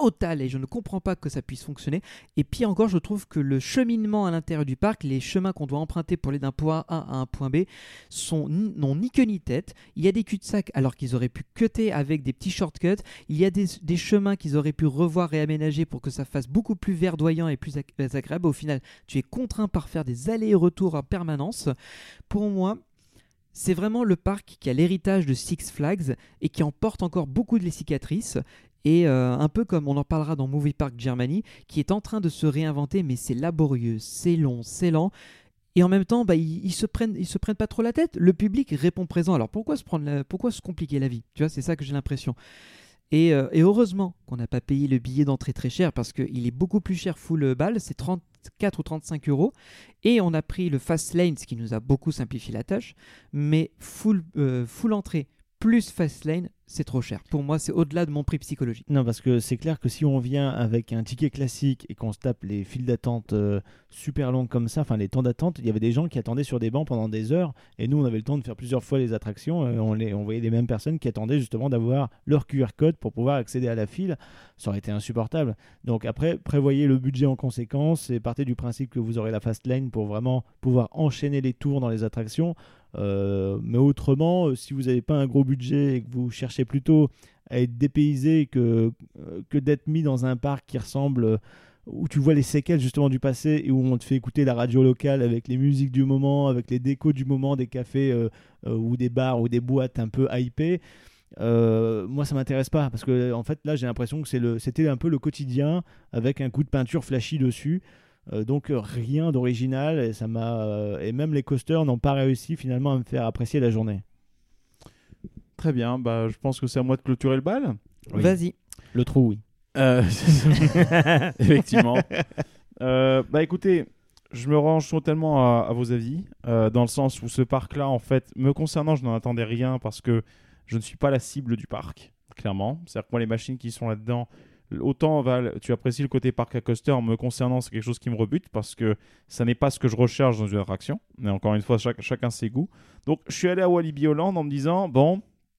totale et je ne comprends pas que ça puisse fonctionner. Et pire encore, je trouve que le cheminement à l'intérieur du parc, les chemins qu'on doit emprunter pour aller d'un point A à un point B, sont ni- n'ont ni queue ni tête. Il y a des cul-de-sac alors qu'ils auraient pu cutter avec des petits shortcuts. Il y a des, des chemins qu'ils auraient pu revoir et aménager pour que ça fasse beaucoup plus verdoyant et plus ag- agréable. Au final, tu es contraint par faire des allers et retours en permanence. Pour moi, c'est vraiment le parc qui a l'héritage de Six Flags et qui en porte encore beaucoup de les cicatrices. Et euh, un peu comme on en parlera dans Movie Park Germany, qui est en train de se réinventer, mais c'est laborieux, c'est long, c'est lent. Et en même temps, bah, ils, ils se prennent, ils se prennent pas trop la tête. Le public répond présent. Alors pourquoi se prendre, la- pourquoi se compliquer la vie? Tu vois, c'est ça que j'ai l'impression. Et, euh, et heureusement qu'on n'a pas payé le billet d'entrée très cher parce qu'il est beaucoup plus cher full ball, c'est trente-quatre ou trente-cinq euros. Et on a pris le fast lane, ce qui nous a beaucoup simplifié la tâche. Mais full, euh, full entrée plus fast lane, c'est trop cher. Pour moi, c'est au-delà de mon prix psychologique. Non, parce que c'est clair que si on vient avec un ticket classique et qu'on se tape les files d'attente euh, super longues comme ça, enfin les temps d'attente, il y avait des gens qui attendaient sur des bancs pendant des heures et nous on avait le temps de faire plusieurs fois les attractions. Euh, on, les, on voyait les mêmes personnes qui attendaient justement d'avoir leur Q R code pour pouvoir accéder à la file. Ça aurait été insupportable. Donc après, prévoyez le budget en conséquence et partez du principe que vous aurez la fast lane pour vraiment pouvoir enchaîner les tours dans les attractions. Euh, mais autrement, euh, si vous n'avez pas un gros budget et que vous cherchez plutôt à être dépaysé que, euh, que d'être mis dans un parc qui ressemble, euh, où tu vois les séquelles justement du passé et où on te fait écouter la radio locale avec les musiques du moment, avec les décos du moment, des cafés euh, euh, ou des bars ou des boîtes un peu hypées, euh, moi ça m'intéresse pas parce que en fait là j'ai l'impression que c'est le, c'était un peu le quotidien avec un coup de peinture flashy dessus. Euh, donc euh, rien d'original et ça m'a euh, et même les coasters n'ont pas réussi finalement à me faire apprécier la journée. Très bien, bah, je pense que c'est à moi de clôturer le bal. Oui. Vas-y. Le trou, oui. Euh, Effectivement. Euh, bah écoutez, je me range totalement à, à vos avis, euh, dans le sens où ce parc-là, en fait, me concernant, je n'en attendais rien parce que je ne suis pas la cible du parc, clairement. C'est-à-dire que moi, les machines qui sont là-dedans, autant Val, tu apprécies le côté parc à coaster, me concernant, c'est quelque chose qui me rebute parce que ça n'est pas ce que je recherche dans une attraction. Mais encore une fois, chaque, chacun ses goûts. Donc, je suis allé à Walibi Holland en me disant, bon,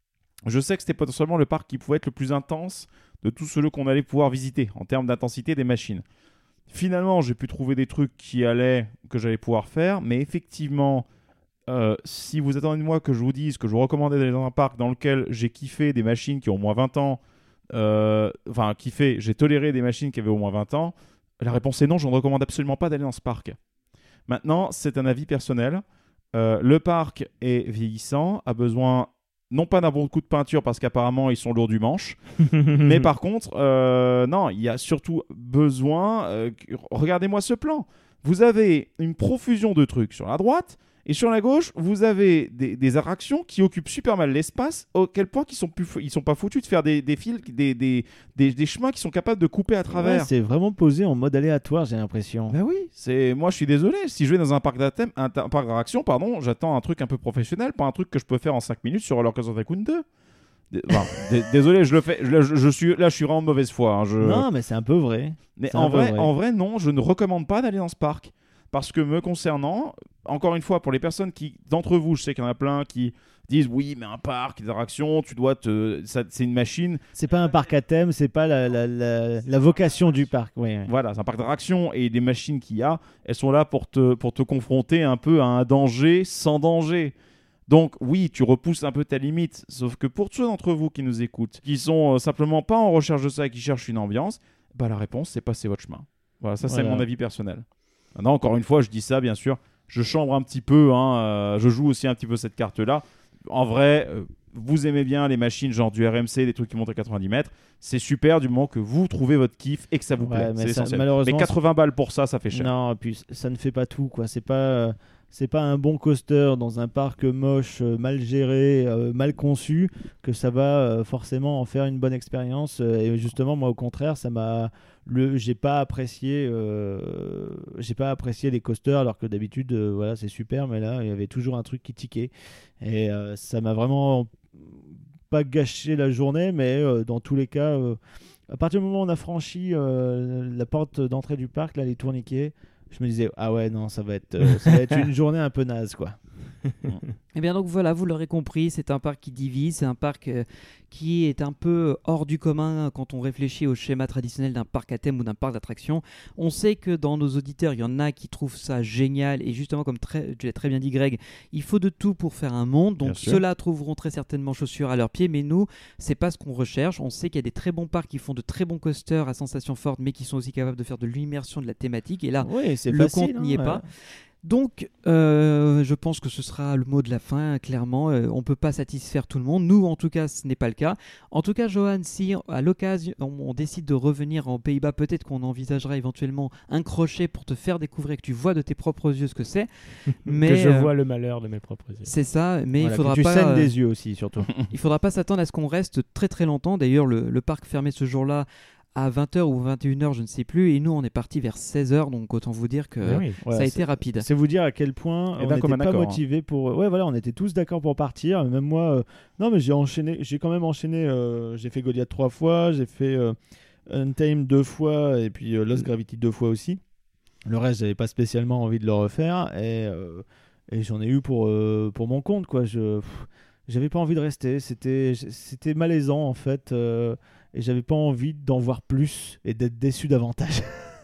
je sais que c'était potentiellement le parc qui pouvait être le plus intense de tous ceux qu'on allait pouvoir visiter en termes d'intensité des machines. Finalement, j'ai pu trouver des trucs qui allaient, que j'allais pouvoir faire, mais effectivement, euh, si vous attendez de moi que je vous dise que je vous recommandais d'aller dans un parc dans lequel j'ai kiffé des machines qui ont au moins vingt ans, euh, enfin, kiffé, j'ai toléré des machines qui avaient au moins vingt ans, la réponse est non, je ne recommande absolument pas d'aller dans ce parc. Maintenant, c'est un avis personnel. Euh, le parc est vieillissant, a besoin non pas d'un bon coup de peinture parce qu'apparemment ils sont lourds du manche, mais par contre, euh, non, il y a surtout besoin. Euh, regardez-moi ce plan. Vous avez une profusion de trucs sur la droite et sur la gauche, vous avez des, des attractions qui occupent super mal l'espace, au quel point qu'ils sont plus, ils sont pas foutus de faire des, des fils, des, des, des, des chemins qui sont capables de couper à travers. Ouais, c'est vraiment posé en mode aléatoire, j'ai l'impression. Ben oui, c'est moi je suis désolé. Si je vais dans un parc d'atthème, un, ta- un parc d'attraction, pardon, j'attends un truc un peu professionnel, pas un truc que je peux faire en cinq minutes sur Roller Coaster Tycoon deux. D- enfin, d- désolé, je le fais. Je, je, je suis là, je suis vraiment de mauvaise foi. hein, je... Non, mais c'est un peu vrai. Mais C'est en un peu vrai, vrai. en vrai, non, je ne recommande pas d'aller dans ce parc. Parce que me concernant, encore une fois, pour les personnes qui, d'entre vous, je sais qu'il y en a plein qui disent oui, mais un parc d'attraction, tu dois te, ça, c'est une machine. C'est pas un parc à thème, c'est pas la, la, la, la vocation du parc. Ouais, ouais. Voilà, c'est un parc d'attraction et les machines qu'il y a, elles sont là pour te, pour te confronter un peu à un danger sans danger. Donc oui, tu repousses un peu ta limite, sauf que pour ceux d'entre vous qui nous écoutent, qui sont euh, simplement pas en recherche de ça et qui cherchent une ambiance, bah la réponse c'est passer votre chemin. Voilà, ça c'est Voilà. mon avis personnel. Maintenant, encore une fois, je dis ça, bien sûr, je chambre un petit peu, hein, euh, je joue aussi un petit peu cette carte-là. En vrai, euh, vous aimez bien les machines genre du R M C, des trucs qui montent à quatre-vingt-dix mètres, c'est super du moment que vous trouvez votre kiff et que ça vous Ouais, plaît, mais c'est ça, essentiel. malheureusement, Mais quatre-vingts balles pour ça, ça fait cher. Non, et puis ça ne fait pas tout, quoi. C'est pas, euh, c'est pas un bon coaster dans un parc moche, euh, mal géré, euh, mal conçu, que ça va euh, forcément en faire une bonne expérience. Euh, et justement, moi, au contraire, ça m'a, le, j'ai pas apprécié, euh, j'ai pas apprécié les coasters, alors que d'habitude, euh, voilà, c'est super, mais là, il y avait toujours un truc qui tiquait, et euh, ça m'a vraiment pas gâché la journée, mais euh, dans tous les cas. Euh, À partir du moment où on a franchi euh, la porte d'entrée du parc, là, les tourniquets, je me disais, ah ouais, non, ça va être, euh, ça va être une journée un peu naze, quoi. Et bien donc voilà, vous l'aurez compris, c'est un parc qui divise, c'est un parc euh, qui est un peu hors du commun quand on réfléchit au schéma traditionnel d'un parc à thème ou d'un parc d'attractions. On sait que dans nos auditeurs, il y en a qui trouvent ça génial et justement, comme très, tu l'as très bien dit Greg, il faut de tout pour faire un monde. Donc ceux-là trouveront très certainement chaussures à leurs pieds, mais nous, c'est pas ce qu'on recherche. On sait qu'il y a des très bons parcs qui font de très bons coasters à sensations fortes, mais qui sont aussi capables de faire de l'immersion, de la thématique. Et là, Oui, c'est le facile, compte n'y hein, est pas. ouais. Donc, euh, je pense que ce sera le mot de la fin, clairement. Euh, on ne peut pas satisfaire tout le monde. Nous, en tout cas, ce n'est pas le cas. En tout cas, Johan, si à l'occasion, on, on décide de revenir en Pays-Bas, peut-être qu'on envisagera éventuellement un crochet pour te faire découvrir, que tu vois de tes propres yeux ce que c'est. Mais, que je euh, vois le malheur de mes propres yeux. C'est ça, mais Voilà, il faudra que tu pas... saignes euh, des yeux aussi, surtout. il faudra pas s'attendre à ce qu'on reste très très longtemps. D'ailleurs, le, le parc fermait ce jour-là à vingt heures ou vingt et une heures, je ne sais plus, et nous on est parti vers seize heures, donc autant vous dire que Ah oui. ça Voilà, a été c'est- rapide. C'est vous dire à quel point Et on d'un n'était commun pas accord, hein. motivés pour. Ouais, voilà, on était tous d'accord pour partir. Même moi, euh, non, mais j'ai enchaîné. J'ai quand même enchaîné. euh, j'ai fait Goliath trois fois, j'ai fait euh, Untamed deux fois, et puis euh, Lost Gravity deux fois aussi. Le reste, j'avais pas spécialement envie de le refaire, et, euh, et j'en ai eu pour euh, pour mon compte, quoi. Je pff, j'avais pas envie de rester. C'était c'était malaisant en fait. euh, Et j'avais pas envie d'en voir plus et d'être déçu davantage.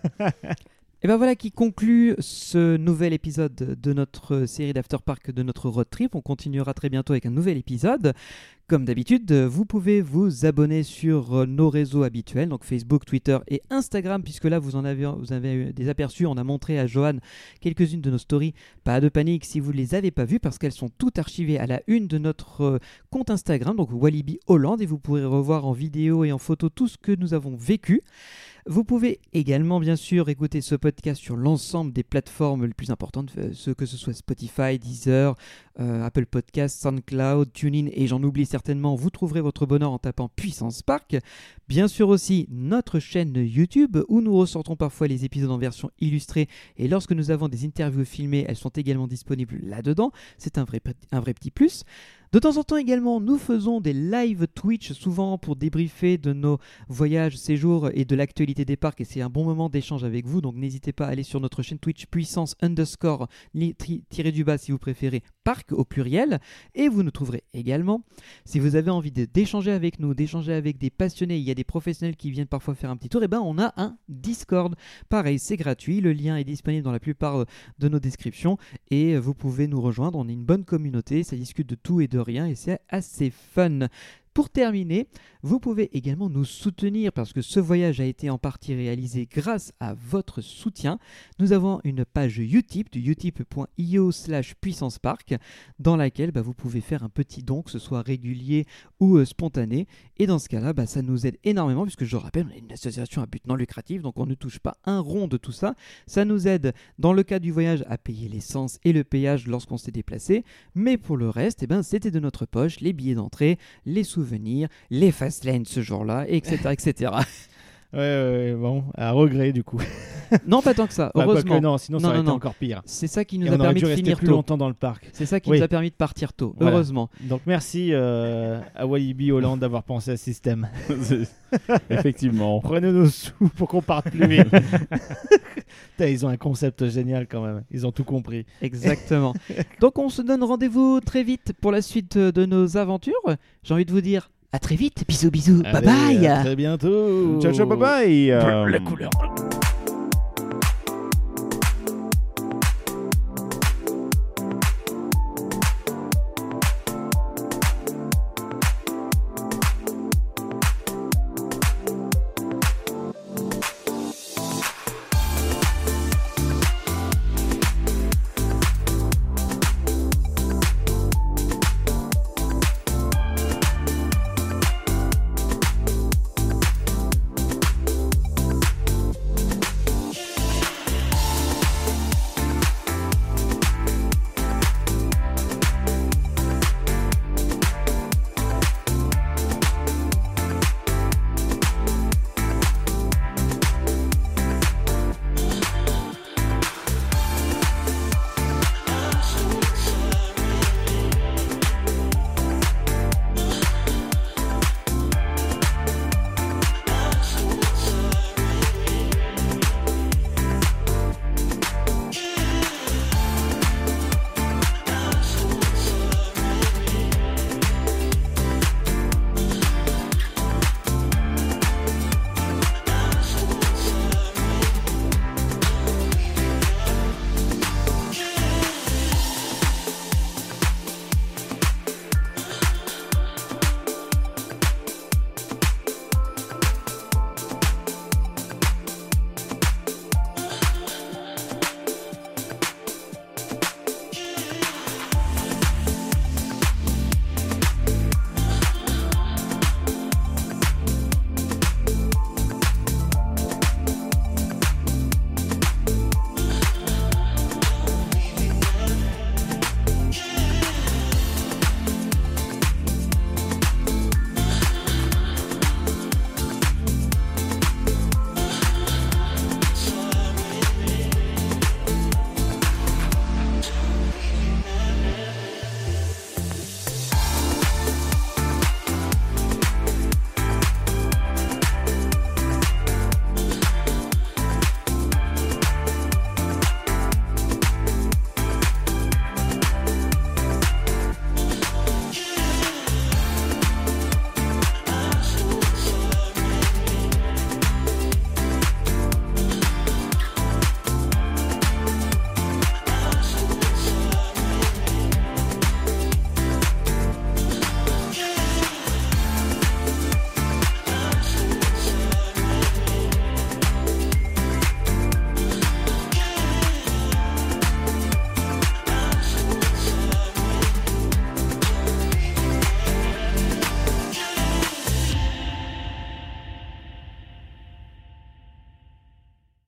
Et ben voilà qui conclut ce nouvel épisode de notre série d'After Park de notre road trip. On continuera très bientôt avec un nouvel épisode. Comme d'habitude, vous pouvez vous abonner sur nos réseaux habituels, donc Facebook, Twitter et Instagram, puisque là vous en avez, vous avez eu des aperçus. On a montré à Johan quelques-unes de nos stories. Pas de panique si vous ne les avez pas vues, parce qu'elles sont toutes archivées à la une de notre euh, compte Instagram, donc Walibi Hollande, et vous pourrez revoir en vidéo et en photo tout ce que nous avons vécu. Vous pouvez également, bien sûr, écouter ce podcast sur l'ensemble des plateformes les plus importantes, euh, ce que ce soit Spotify, Deezer, euh, Apple Podcasts, SoundCloud, TuneIn, et j'en oublie certainement. Vous trouverez votre bonheur en tapant Puissance Park. Bien sûr aussi notre chaîne YouTube, où nous ressortons parfois les épisodes en version illustrée, et lorsque nous avons des interviews filmées, elles sont également disponibles là-dedans. C'est un vrai, un vrai petit plus. De temps en temps également, nous faisons des live Twitch, souvent pour débriefer de nos voyages, séjours et de l'actualité des parcs, et c'est un bon moment d'échange avec vous, donc n'hésitez pas à aller sur notre chaîne Twitch puissance underscore tiré du bas si vous préférez parc au pluriel, et vous nous trouverez également, si vous avez envie de, d'échanger avec nous, d'échanger avec des passionnés, il y a des professionnels qui viennent parfois faire un petit tour, et ben on a un Discord, pareil c'est gratuit, le lien est disponible dans la plupart de nos descriptions, et vous pouvez nous rejoindre, on est une bonne communauté, ça discute de tout et de rien, et c'est assez fun. Pour terminer, vous pouvez également nous soutenir parce que ce voyage a été en partie réalisé grâce à votre soutien. Nous avons une page Utip du utip.io slash puissancepark dans laquelle bah, vous pouvez faire un petit don, que ce soit régulier ou euh, spontané. Et dans ce cas-là, bah, ça nous aide énormément puisque je rappelle, on est une association à but non lucratif, donc on ne touche pas un rond de tout ça. Ça nous aide dans le cas du voyage à payer l'essence et le péage lorsqu'on s'est déplacé. Mais pour le reste, eh ben, c'était de notre poche, les billets d'entrée, les souvenirs, les fast lanes ce jour-là, et cetera, et cetera. Ouais, ouais, ouais, bon, à regret du coup. Non, pas tant que ça, Bah, heureusement. quoique non, sinon ça Non, aurait non, été non. encore pire. C'est ça qui nous Et a on aurait permis dû de rester finir plus tôt. longtemps dans le parc. C'est ça qui Oui. nous a permis de partir tôt, Voilà. heureusement. Donc merci euh, à Walibi Hollande d'avoir pensé à ce système. Effectivement. Prenez nos sous pour qu'on parte plus vite. Putain, ils ont un concept génial quand même. Ils ont tout compris. Exactement. Donc on se donne rendez-vous très vite pour la suite de nos aventures. J'ai envie de vous dire à très vite. Bisous, bisous. Allez, bye bye. à très bientôt. Ciao, ciao, bye bye. La Euh, couleur.